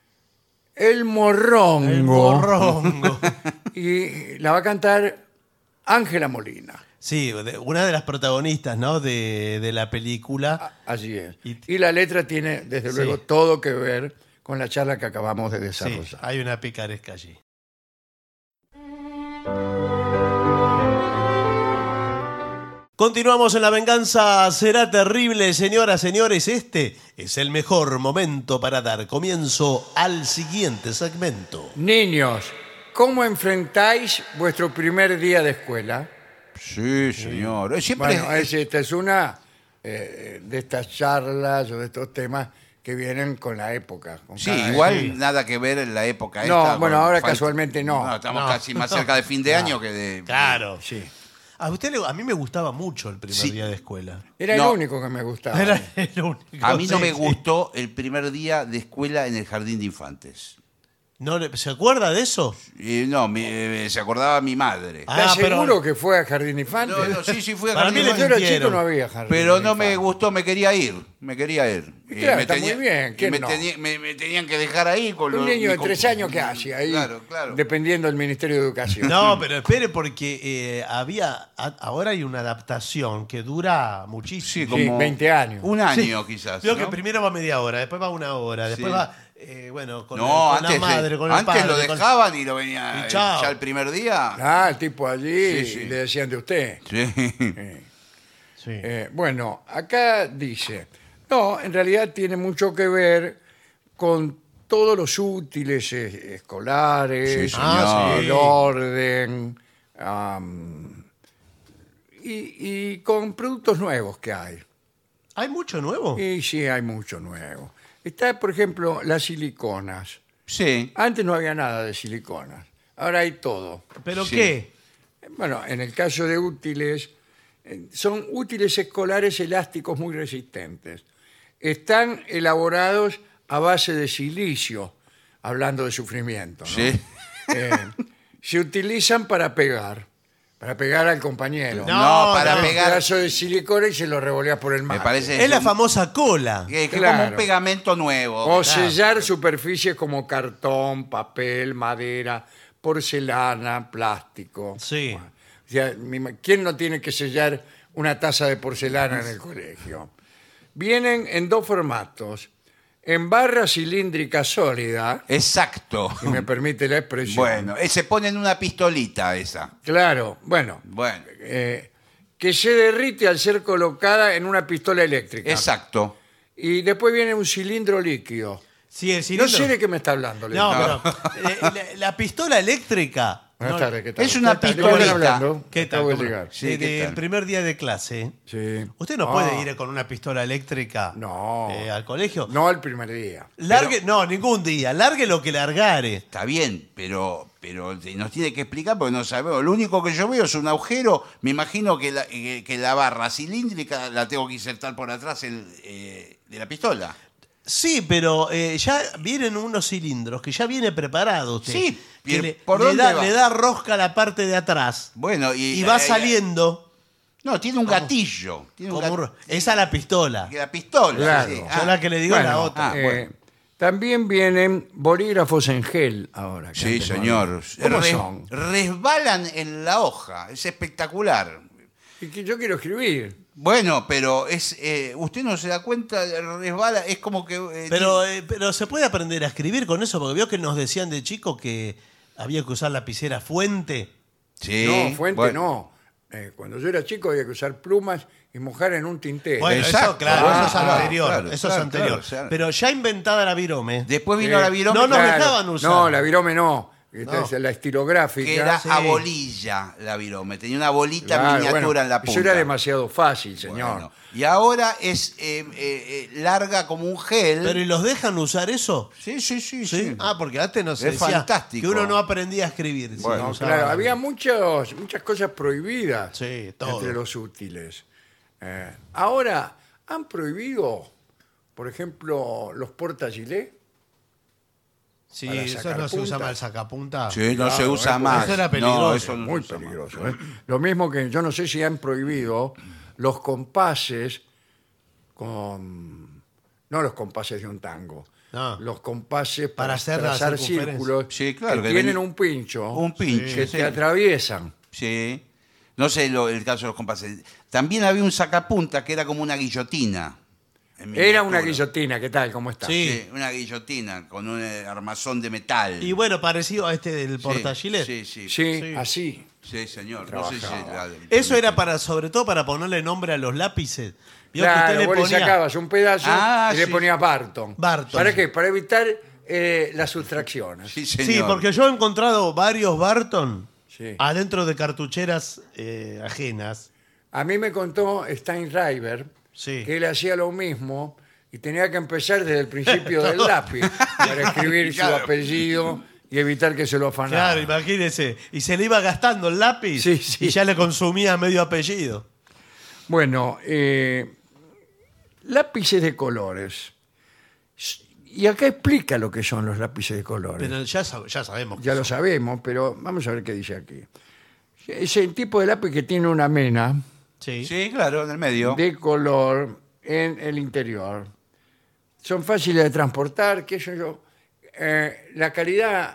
El Morrongo.
El morrongo.
Y la va a cantar Ángela Molina.
Sí, de- una de las protagonistas, ¿no? De, de la película.
Así es.
Y-
Y la letra tiene, desde
Sí.
luego, todo que ver con la charla que acabamos de
Sí,
desarrollar.
hay una picaresca allí. Continuamos en La Venganza Será Terrible, señoras, señores. Este es el mejor momento para dar comienzo al siguiente segmento.
Niños, ¿cómo enfrentáis vuestro primer día de escuela?
Sí, señor. Eh, Siempre
Bueno, es- esta es una eh, de estas charlas o de estos temas que vienen con la época. con
Sí,
cada-
igual nada que ver en la época
No,
esta.
bueno,
con
ahora
falta-
casualmente no.
Estamos
No.
casi más cerca de fin de año que de...
Claro.
Sí.
A usted le- a mí me gustaba mucho el primer
Sí.
día de escuela.
Era
No.
el único que me gustaba.
Era el único.
A mí no
sí,
me
sí.
gustó el primer día de escuela en el jardín de infantes.
¿No le- ¿Se acuerda de eso?
Y no, mi- eh, se acordaba mi madre.
Ah,
¿Estás
pero-
seguro que fue a Jardín Infante?
No, no, sí, sí, fui a
Para
jardín
mí
de
le
Cuando
infantes.
yo era chico
mintieron.
no había Jardín
Pero no me
Infante.
gustó, me quería ir, me quería ir.
Y
Y
claro,
me
está muy bien,
y
¿quién
me,
no?
tenía- me- me tenían que dejar ahí con
Un
los-
niño
mi
de
com-
tres años, ¿qué hace ahí?
Claro, claro.
Dependiendo del Ministerio de Educación.
No, pero espere porque eh, había a- ahora hay una adaptación que dura muchísimo.
Sí, como
veinte años.
Un año quizás.
Veo
¿no?
que primero va media hora, después va una hora, después
Sí.
va, eh, bueno, con,
No,
el- con
antes,
la madre, con el
antes
padre.
lo
con-
dejaban y lo venía
Y
eh,
chao.
ya el primer día.
Ah, el tipo allí
Sí, sí.
le decían de usted.
Sí.
Sí.
Eh, bueno, acá dice, no, en realidad tiene mucho que ver con todos los útiles eh, escolares,
Sí,
señor.
el orden, am, y, y con productos nuevos que hay.
¿Hay mucho nuevo?
Y sí, hay mucho nuevo. Está, por ejemplo, las siliconas.
Sí.
Antes no había nada de siliconas. Ahora hay todo.
¿Pero
Sí.
qué?
Bueno, en el caso de útiles, eh, son útiles escolares elásticos muy resistentes. Están elaborados a base de silicio, hablando de sufrimiento, ¿no?
Sí.
Eh, se utilizan para pegar, para pegar al compañero.
No,
No, para
no.
Un
pegar.
pedazo de silicona y se lo revoleas por el
Me
mate.
parece.
Es la
un-
famosa cola.
que- que es
Claro.
como un pegamento nuevo.
O
Claro.
sellar superficies como cartón, papel, madera, porcelana, plástico.
Sí.
Bueno, o sea, mi ma- ¿quién no tiene que sellar una taza de porcelana en el colegio? Vienen en dos formatos. En barra cilíndrica sólida,
Exacto.
si me permite la expresión.
Bueno, eh, se pone en una pistolita esa.
Claro, bueno,
Bueno,
eh, que se derrite al ser colocada en una pistola eléctrica.
exacto.
Y después viene un cilindro líquido.
Sí, el
No
cilindro.
sé de qué me está hablando.
No,
Leandro.
pero eh, la, la pistola eléctrica.
Buenas
no,
tardes, ¿qué tal?
es una
¿De qué están
pistolita.
hablando?
¿Qué tal?
Acabo de
¿Cómo no?
llegar.
Sí,
De-
¿qué
de-
tal?
el primer día de clase.
Sí.
Usted no
Ah,
puede ir con una pistola eléctrica
No.
eh, al colegio.
No el primer día.
Largue, no, ningún día. Largue lo que largare.
Está bien, pero, pero nos tiene que explicar porque no sabemos. Lo único que yo veo es un agujero. Me imagino que la, que, que la barra cilíndrica la tengo que insertar por atrás el, eh, de la pistola.
Sí, pero eh, ya vienen unos cilindros que ya viene preparado usted.
Sí,
que
pero
le,
¿por
le
dónde
da,
va?
le da rosca a la parte de atrás.
Bueno, y,
Y va
eh,
saliendo.
No, tiene un gatillo. Tiene un
como un
gatillo.
ro- esa es la pistola.
La pistola.
Claro.
sí.
Yo
Ah,
Yo la que le digo es la
Bueno,
otra.
Ah,
eh,
bueno.
También vienen bolígrafos en gel ahora. que
Sí,
antes no
señor.
había. ¿Cómo
Res-
son?
Resbalan en la hoja. Es espectacular.
Y que yo quiero escribir.
Bueno, pero es eh, usted no se da cuenta, resbala, es como que... eh,
Pero,
tiene-
eh, pero se puede aprender a escribir con eso, porque vio que nos decían de chico que había que usar lapicera fuente.
sí,
no, fuente
bueno.
no. Eh, cuando yo era chico había que usar plumas y mojar en un tintero.
Bueno, eso,
Exacto.
claro,
Ah,
eso es
claro,
anterior.
claro,
eso
claro,
es anterior.
claro, claro.
Pero ya inventada la virome.
Después vino
Eh,
la virome,
no nos
que-
dejaban usar.
No, la virome no. Esta
No.
es la estilográfica.
que era
Sí.
a bolilla la virome. Tenía una bolita
Claro,
miniatura
bueno,
en la punta.
Eso era demasiado fácil, señor.
Bueno, y ahora es eh, eh, eh, larga como un gel.
¿Pero y los dejan usar eso?
Sí, sí, sí,
¿Sí?
sí.
Ah, porque antes no se
Es
decía
fantástico.
que uno no aprendía a escribir. si
Bueno,
no
No,
usaba
claro,
la
había
virome.
muchos, muchas cosas prohibidas
Sí, todo.
entre los útiles. Eh, ahora, han prohibido, por ejemplo, los porta-gilet.
Sí,
para
eso
sacar
no se usa
punta.
más el sacapunta.
Sí, no
Claro,
se usa
eh,
más.
eso era
No,
peligroso,
eso no se
Muy
usa más.
peligroso. ¿eh? Lo mismo que yo no sé si han prohibido los compases con... No los compases de un tango.
No.
Los compases
Para
para,
hacer la
trazar
circunferencia.
círculos
Sí, claro,
que,
que
tienen
ven-
un pincho.
un pincho,
Que
sí.
te atraviesan.
Sí. No sé lo- el caso de los compases. También había un sacapunta que era como una guillotina. en
Era una
miniatura.
guillotina, ¿qué tal? ¿Cómo está?
Sí.
Sí, una guillotina con un eh, armazón de metal.
Y bueno, parecido a este del
Sí,
portagilet.
Sí, sí, sí.
Sí,
Sí.
así.
Sí, señor. No sé si
Trabajaba.
la-
Eso era para, sobre todo para ponerle nombre a los lápices. Vio que
Claro,
usted le
vos le
ponía-
sacabas un pedazo
Ah,
y le
sí.
ponías Barton.
Barton.
¿Para qué? Para evitar eh, las sustracciones.
Sí, señor.
Sí, porque yo he encontrado varios Barton
Sí.
adentro de cartucheras eh, ajenas.
A mí me contó Steinreiber
Sí.
que él hacía lo mismo y tenía que empezar desde el principio del lápiz para escribir su
Claro.
apellido y evitar que se lo afanara.
Claro, imagínese. Y se le iba gastando el lápiz
Sí, sí.
y ya le consumía medio apellido.
Bueno, eh, lápices de colores. Y acá explica lo que son los lápices de colores.
Pero ya, sab- ya sabemos. que
Ya lo
son.
sabemos, pero vamos a ver qué dice aquí. Es el tipo de lápiz que tiene una mena
Sí.
Sí, claro, en el medio.
de color en el interior. Son fáciles de transportar, qué sé yo. Eh, la calidad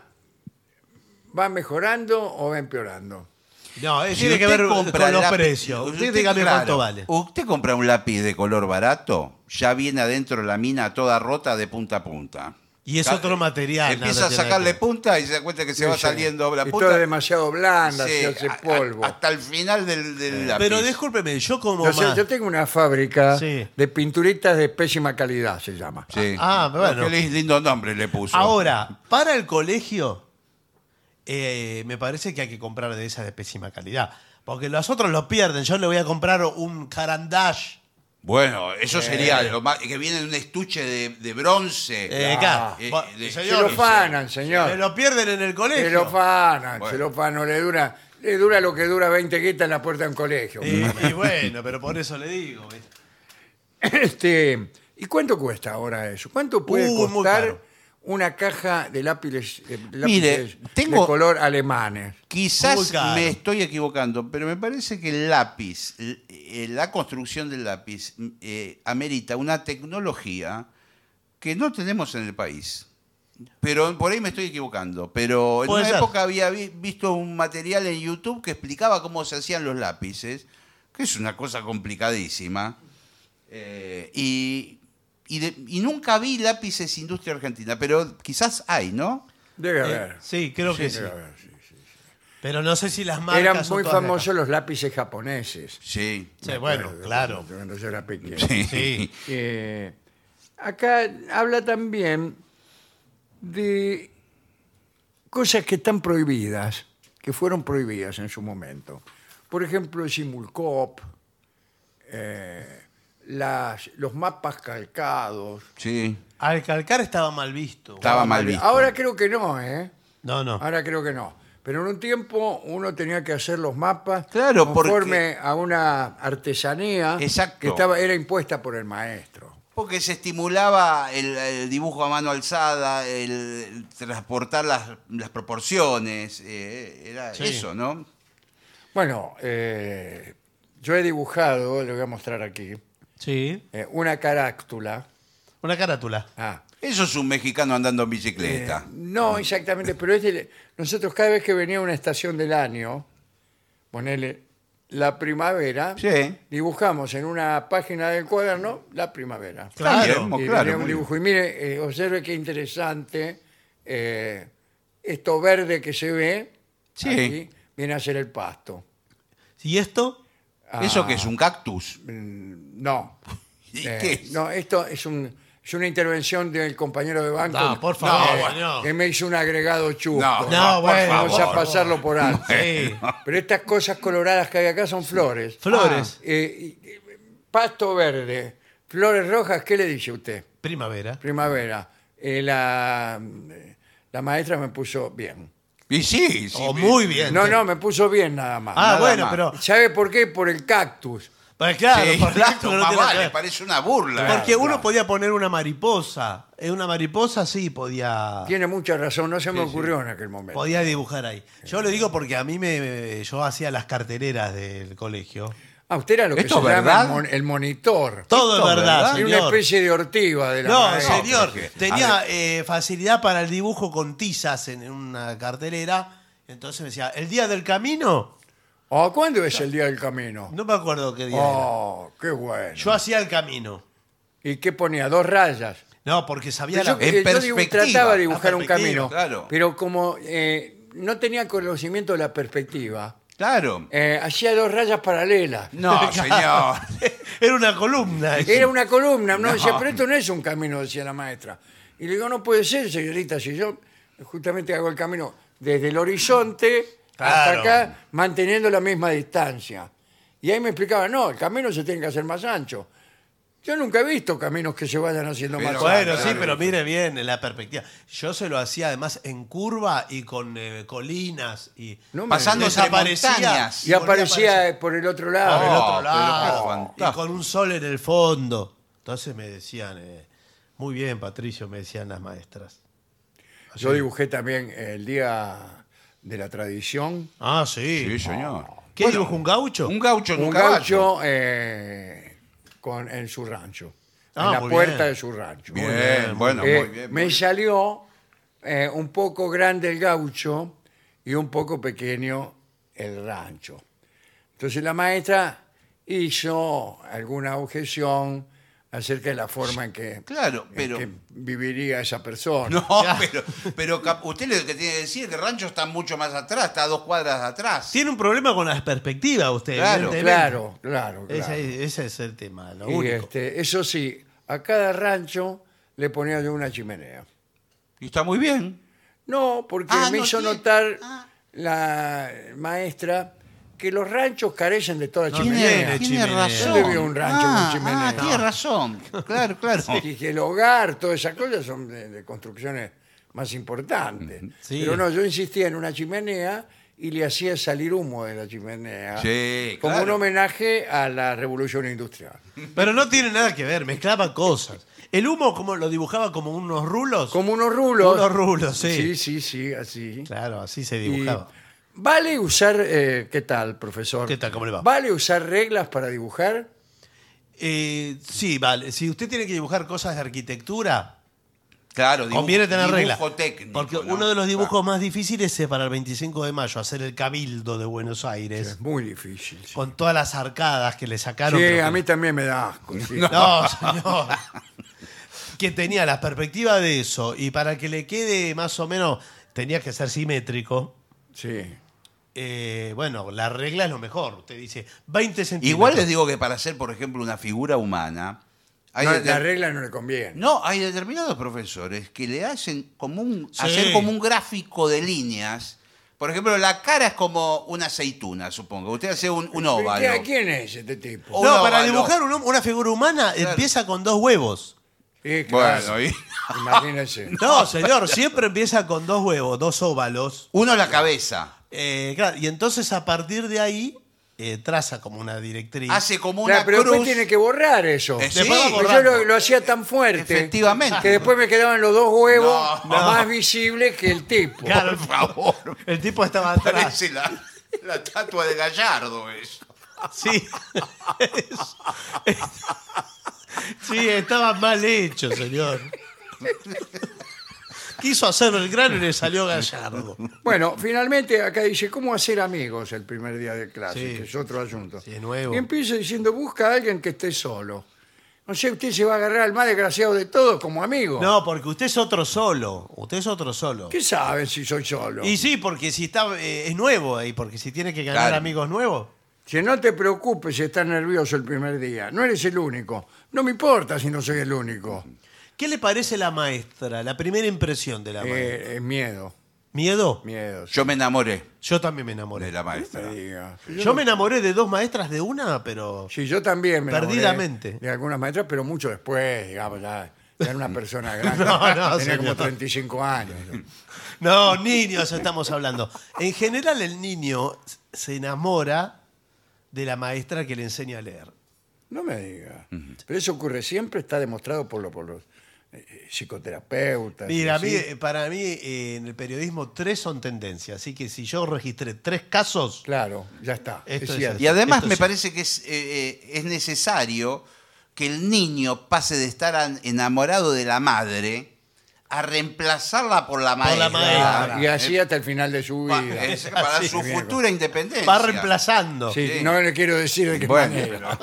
va mejorando o va empeorando.
No, eh,
Si
tiene que
usted
ver
compra
con los
lápiz-
precios. Usted dígame
claro,
cuánto vale.
Usted compra un lápiz de color barato, ya viene adentro la mina toda rota de punta a punta.
Y es
Ca-
otro material.
Empieza
nada
a
tiene
sacarle
que ver.
punta y se da cuenta que se va
Sí,
saliendo la
y
punta.
todo es demasiado blanda,
Sí,
se hace
a- a-
polvo.
hasta el final del, del lápiz.
Pero discúlpeme, yo como
Yo, sé-
más-
yo tengo una fábrica
Sí.
de pinturitas de pésima calidad, se llama.
Sí.
Ah, bueno.
Qué lindo nombre le puso.
Ahora, para el colegio, eh, me parece que hay que comprar de esas de pésima calidad. Porque los otros los pierden. Yo le voy a comprar un Carandash
Bueno, eso sería lo más, que viene en un estuche de, de bronce.
Eh, claro.
Eh,
Va-
de-
Se
señor,
lo fanan,
Se
señor.
lo pierden en el colegio.
Se lo fanan,
Bueno.
se lo fanan. Le dura, le dura lo que dura veinte guitas en la puerta de un colegio.
Y, y bueno, pero por eso le digo. ¿viste?
Este, ¿y cuánto cuesta ahora eso? ¿Cuánto puede
Uh, muy
costar
caro.
una caja de lápices, eh, lápices
Mire, tengo-
de color alemanes?
Muy
Quizás
caro.
me estoy equivocando, pero me parece que el lápiz, l- eh, la construcción del lápiz, eh, amerita una tecnología que no tenemos en el país. Pero por ahí me estoy equivocando. Pero en
Puede
una
ser.
época había vi- visto un material en YouTube que explicaba cómo se hacían los lápices, que es una cosa complicadísima. Eh, y, y, de- y nunca vi lápices industria argentina, pero quizás hay, ¿no?
Debe
Eh,
haber.
sí, creo que sí.
Debe haber, sí.
Pero no sé si las marcas
Eran
son
muy
todas de acá.
famosos los lápices japoneses.
Sí.
Sí, bueno, claro.
Cuando yo era pequeño.
Sí.
Eh, acá habla también de cosas que están prohibidas, que fueron prohibidas en su momento. Por ejemplo, el Simulcop, eh, las, los mapas calcados.
Sí.
Al calcar estaba mal visto.
Estaba mal visto.
Ahora creo que no, ¿eh?
No, no.
Ahora creo que no. Pero en un tiempo uno tenía que hacer los mapas
Claro,
conforme a una artesanía
Exacto.
que estaba, era impuesta por el maestro.
Porque se estimulaba el, el dibujo a mano alzada, el, el transportar las, las proporciones, eh, era
Sí.
eso, ¿no?
Bueno, eh, yo he dibujado, le voy a mostrar aquí,
Sí.
eh, una caráctula.
Una carátula.
Ah,
Eso es un mexicano andando en
eh,
bicicleta.
no exactamente, pero es de- nosotros cada vez que venía una estación del año, ponele la primavera,
Sí.
dibujamos en una página del cuaderno la primavera.
Claro.
Bien,
Y
claro,
venía un
muy
dibujo. Y mire, eh, observe qué interesante, eh, esto verde que se ve,
Sí.
aquí, viene a ser el pasto.
¿Y esto?
Ah,
¿Eso qué es? ¿Un cactus?
mm, No.
¿Y
Eh,
qué es?
No, esto es, un, es una intervención del compañero de banco
No, por favor,
eh,
no.
que me hizo un agregado chusco.
No,
No, bueno.
Vamos a
por
pasarlo por alto.
Sí.
Pero estas cosas coloradas que hay acá son flores.
Flores.
Ah, eh, y- y- pasto verde, flores rojas, ¿qué le dice usted?
Primavera.
Primavera. Eh, la, la maestra me puso bien.
Y sí, sí.
Oh, muy bien.
No, no, me puso bien nada más.
Ah,
nada
bueno,
más.
pero.
¿Sabe por qué? Por el cactus.
Pues claro,
Sí,
por
claro,
ejemplo, no
más
tiene nada que
vale,
ver.
parece una burla.
Porque
Claro,
uno
claro.
podía poner una mariposa. En una mariposa sí podía.
Tiene mucha razón, no se me ocurrió en aquel momento.
Podía dibujar ahí. Yo le digo porque a mí me. Yo hacía las cartereras del colegio.
Ah, usted era lo que
¿Esto
se
es
llama
verdad?
el, mon- el monitor.
Todo
¿Esto
es
es
verdad,
verdad?
Era una
señor.
especie de ortiva de la
No,
maestra.
señor.
porque-
Tenía
a
eh, facilidad para el dibujo con tizas en una cartelera. Entonces me decía, el día del camino.
Oh, ¿cuándo es el día del camino?
No me acuerdo qué día era.
Oh, qué bueno.
Yo hacía el camino.
¿Y qué ponía? Dos rayas.
No, porque sabía
Pero
la.
yo,
En
eh, yo dibu-
perspectiva.
trataba de dibujar
La
un
perspectiva,
camino,
claro.
pero como eh, no tenía conocimiento de la perspectiva,
Claro.
eh, hacía dos rayas paralelas.
No, señor.
Era una columna.
Era una columna, no,
No.
decía, pero esto no es un camino, decía la maestra. Y le digo, no puede ser, señorita, si yo justamente hago el camino desde el horizonte hasta
Claro.
acá, manteniendo la misma distancia. Y ahí me explicaba, no, el camino se tiene que hacer más ancho. Yo nunca he visto caminos que se vayan haciendo
Pero
más
Bueno,
anchos.
sí, pero mire bien en la perspectiva. Yo se lo hacía además en curva y con eh, colinas y
No me-
Pasando entre
desaparecía.
montañas.
Y aparecía por el otro lado.
por el
Oh,
otro
pero
lado
qué
y
fantástico.
con un sol en el fondo. Entonces me decían, eh, muy bien, Patricio, me decían las maestras.
Yo dibujé también el día de la tradición.
Ah, sí.
Sí, señor.
¿Qué dibujó un gaucho?
Un gaucho en un,
Un
caballo.
gaucho eh, con, en su rancho.
Ah,
en la
muy
puerta
bien.
de su rancho.
Bien,
bien,
bueno,
Eh,
muy bien.
me
muy bien.
salió eh, un poco grande el gaucho y un poco pequeño el rancho. Entonces la maestra hizo alguna objeción acerca de la forma en que,
Claro,
en
pero-
que viviría esa persona.
No, pero, pero cap- usted lo que tiene que decir es que el rancho está mucho más atrás, está a dos cuadras atrás.
Tiene un problema con las perspectivas usted.
Claro,
evidentemente.
Claro, claro, claro.
Ese, ese es el tema, lo
Y,
único.
este, eso sí, a cada rancho le ponía yo una chimenea.
Y está muy bien.
No, porque
Ah,
me
no
hizo
tiene-
notar
ah.
la maestra que los ranchos carecen de toda
No,
chimenea.
tiene
Tiene, tiene
chimenea.
razón.
¿Dónde vio un rancho
ah,
con chimenea?
Ah, tiene razón. Claro, claro.
Y que el hogar, todas esas cosas son de, de construcciones más importantes.
Sí.
Pero no, yo insistía en una chimenea y le hacía salir humo de la chimenea.
Sí,
como
claro.
un homenaje a la revolución industrial.
Pero no tiene nada que ver, mezclaba cosas. El humo, como lo dibujaba como unos rulos.
Como unos rulos.
Unos rulos, sí.
Sí, sí, sí, así.
Claro, así se
Y
dibujaba.
¿Vale usar, eh, qué tal, profesor?
¿Qué tal? ¿Cómo le va?
¿Vale usar reglas para dibujar?
Eh, sí, vale. Si usted tiene que dibujar cosas de arquitectura,
Claro, dibujo-
conviene tener
dibujo
reglas.
técnico,
Porque
¿no?
uno de los dibujos
Claro.
más difíciles es para el veinticinco de mayo, hacer el Cabildo de Buenos Aires.
Es muy difícil. Sí,
Con todas las arcadas que le sacaron.
Sí,
pero
a
que-
mí también me da asco. sí.
No, señor. Que tenía la perspectiva de eso. Y para que le quede más o menos, tenía que ser simétrico.
Sí.
Eh, bueno, la regla es lo mejor. Usted dice veinte centímetros.
Igual les digo que para hacer, por ejemplo, una figura humana, hay,
No,
de-
la regla no le conviene.
no, hay determinados profesores que le hacen como un,
Sí.
hacer como un gráfico de líneas. Por ejemplo, la cara es como una aceituna, supongo. Usted hace un, un óvalo.
¿Qué- ¿Quién es este tipo?
O-
No,
un
para
óvalo.
dibujar un- una figura humana
Claro.
empieza con dos huevos.
Sí, claro.
Bueno, y-
Imagínese.
No, señor, siempre empieza con dos huevos, dos óvalos.
uno la cabeza.
Eh, claro, y entonces a partir de ahí eh, traza como una directriz.
Hace como
Claro,
una
pero
cruz.
después tiene que borrar eso.
Eh, sí,
Después va
Pues yo
borrando.
lo, lo hacía tan fuerte
Efectivamente.
que después me quedaban los dos huevos
No.
más visibles que el tipo.
Claro,
Por favor.
el tipo estaba atrás.
Parece la, la estatua de Gallardo eso.
Sí. Sí, estaba mal hecho, señor. Quiso hacer el grano y le salió Gallardo.
Bueno, finalmente acá dice, ¿cómo hacer amigos el primer día de clase?
Sí.
Que es otro asunto.
Sí, es nuevo.
Y empieza diciendo, busca a alguien que esté solo. No sé, usted se va a agarrar al más desgraciado de todos como amigo.
No, porque usted es otro solo. Usted es otro solo.
¿Qué saben si soy solo?
Y sí, porque si está eh, es nuevo ahí, porque si tiene que ganar
Claro.
amigos nuevos.
Si no te preocupes si estás nervioso el primer día. No eres el único. No me importa si no soy el único.
¿Qué le parece la maestra? La primera impresión de la maestra.
Eh, eh, miedo.
¿Miedo?
Miedo.
Yo me enamoré
Yo también me enamoré.
de la
No
maestra.
me diga.
Yo me enamoré de dos maestras de una, pero...
Sí, yo también me enamoré
Perdidamente.
de algunas maestras, pero mucho después, digamos, ya, ya era una persona grande.
No, no,
Tenía como
señor.
treinta y cinco años.
No, niños estamos hablando. En general el niño se enamora de la maestra que le enseña a leer.
No me diga. Pero eso ocurre siempre, está demostrado por, lo- por los eh, psicoterapeutas. y
Mira, a mí,
así.
eh, para mí eh, en el periodismo tres son tendencias, así que si yo registré tres casos,
Claro, ya está.
Esto
es
es
cierto.
Y además
Esto
me
sí.
parece que es, eh, eh, es necesario que el niño pase de estar an- enamorado de la madre a reemplazarla por la maestra.
la maestra.
Ah, y así hasta el final de su
Pa-
vida.
es para
Sí,
su
bien.
futura independencia.
va reemplazando.
Sí,
Sí.
no le quiero decir de qué
Bueno,
manera.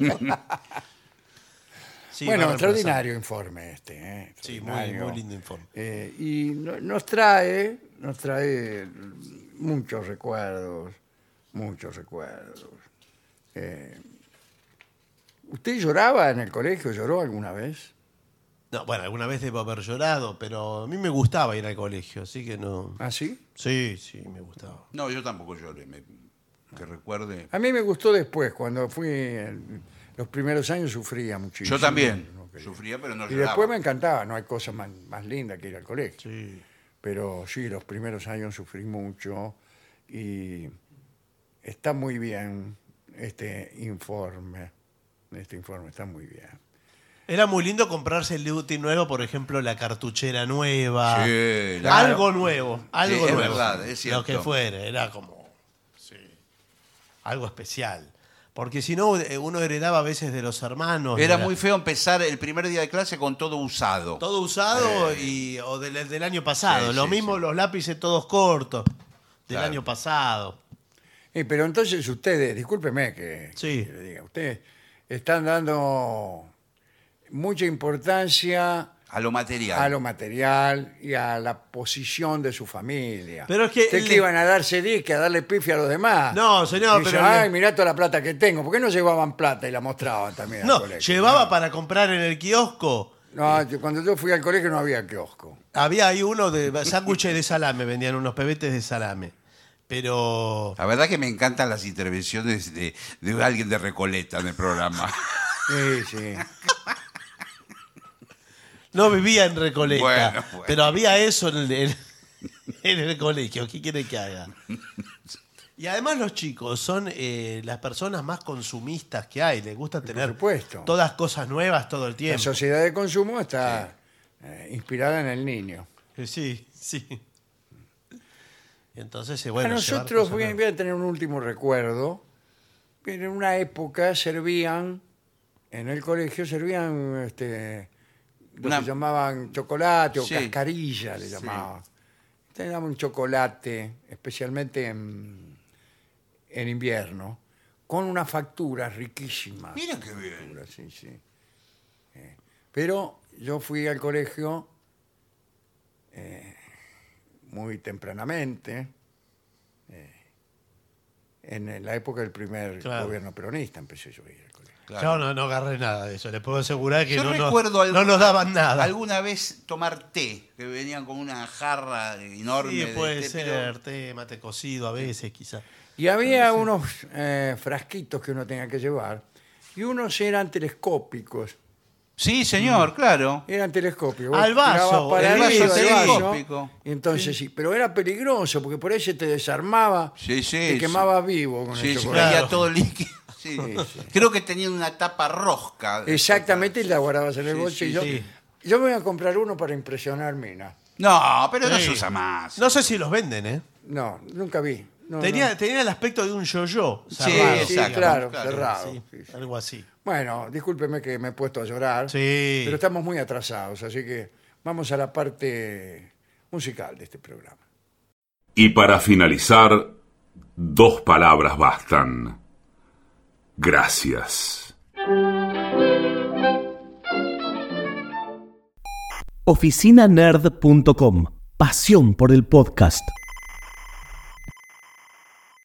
Sí,
bueno,
va reemplazando.
extraordinario informe este. ¿eh?
Sí, muy,
Extraordinario.
muy lindo informe.
Eh, y no- nos trae, nos trae muchos recuerdos, muchos recuerdos. Eh, ¿Usted lloraba en el colegio? ¿Lloró alguna vez?
No, bueno, alguna vez debo haber llorado, pero a mí me gustaba ir al colegio, así que no.
¿Ah, sí?
Sí, sí, me gustaba.
No, yo tampoco lloré. me- que recuerde.
A mí me gustó después, cuando fui, en los primeros años sufría muchísimo.
Yo también.
No quería.
Sufría, pero no
Y
lloraba.
después me encantaba, no hay cosa más, más linda que ir al colegio.
Sí.
Pero sí, los primeros años sufrí mucho y está muy bien este informe. Este informe está muy bien.
Era muy lindo comprarse el útil nuevo, por ejemplo, la cartuchera nueva.
Sí, la-
Algo nuevo, algo
Sí, es
nuevo.
verdad, es cierto.
Lo que fuera, era como sí, algo especial. Porque si no, eh, uno heredaba a veces de los hermanos.
Era
de la-
muy feo empezar el primer día de clase con todo usado.
Todo usado y, o del, del año pasado.
Sí,
Lo
sí,
mismo
sí.
los lápices todos cortos del
Claro.
año pasado.
Eh, pero entonces ustedes, discúlpeme que,
Sí.
que le diga, ustedes están dando mucha importancia
A lo material.
a lo material y a la posición de su familia.
Pero es que
Ustedes
el-
que iban a darse disque, a darle pifia a los demás.
No, señor,
Dice,
pero
ay,
le-
mirá toda la plata que tengo. ¿Por qué no llevaban plata y la mostraban también al
No,
colegio?
llevaba para comprar en el kiosco.
No, yo- cuando yo fui al colegio no había kiosco.
Había ahí uno de sándwiches de salame, vendían unos pebetes de salame. Pero...
La verdad que me encantan las intervenciones de, de alguien de Recoleta en el programa.
Sí, sí.
No vivía en Recoleta,
Bueno, bueno.
pero había eso en el, en, en el colegio. ¿Qué quiere que haga? Y además los chicos son eh, las personas más consumistas que hay. Les gusta tener
supuesto.
todas cosas nuevas todo el
La
tiempo.
sociedad de consumo está eh, inspirada en el niño.
Eh, Sí, sí. Entonces, eh,
A
bueno, llevar
nosotros
cosas
voy,
nuevas.
voy a tener un último recuerdo. En una época servían, en el colegio servían este, lo
Una-
que llamaban chocolate o
Sí.
cascarilla, le
Sí.
llamaban. Teníamos un chocolate, especialmente en, en invierno, con una factura riquísima.
Mira qué bien.
Sí, sí. Eh, pero yo fui al colegio eh, muy tempranamente, eh, en la época del primer
Claro.
gobierno peronista empecé yo a ir al colegio.
Claro.
Yo no, no agarré nada de eso. Les puedo asegurar que
Yo
no, no-
recuerdo algo-
no nos daban nada.
alguna vez tomar té, que venían con una jarra enorme
Sí,
de
puede
té,
ser,
pero-
té, mate cocido a veces, quizás.
Y había unos eh, frasquitos que uno tenía que llevar, y unos eran telescópicos.
Sí, señor, claro.
Eran telescópicos.
Al
Vos
vaso,
tirabas para
el
arriba
vaso
del
telescópico.
y entonces sí. pero era peligroso porque por ahí se te desarmaba,
Sí, sí,
te
sí.
quemaba vivo con
Sí,
el
se
chocolate.
caía
Claro.
todo líquido. Sí. Creo que tenían una tapa rosca.
Exactamente, y la guardabas en el
Sí,
bolsillo.
sí, sí.
Yo me voy a comprar uno para impresionar mina.
No, pero no
Sí.
se usa más.
No sé si los venden, ¿eh?
No, nunca vi. No,
tenía,
no.
tenía el aspecto de un yo-yo.
Sí,
cerrado,
Sí,
exacto,
claro,
claro,
cerrado.
sí,
sí, sí.
algo así.
Bueno, discúlpeme que me he puesto a llorar,
Sí.
pero estamos muy atrasados, así que vamos a la parte musical de este programa.
Y para finalizar, dos palabras bastan. Gracias.
oficina nerd punto com. Pasión por el podcast.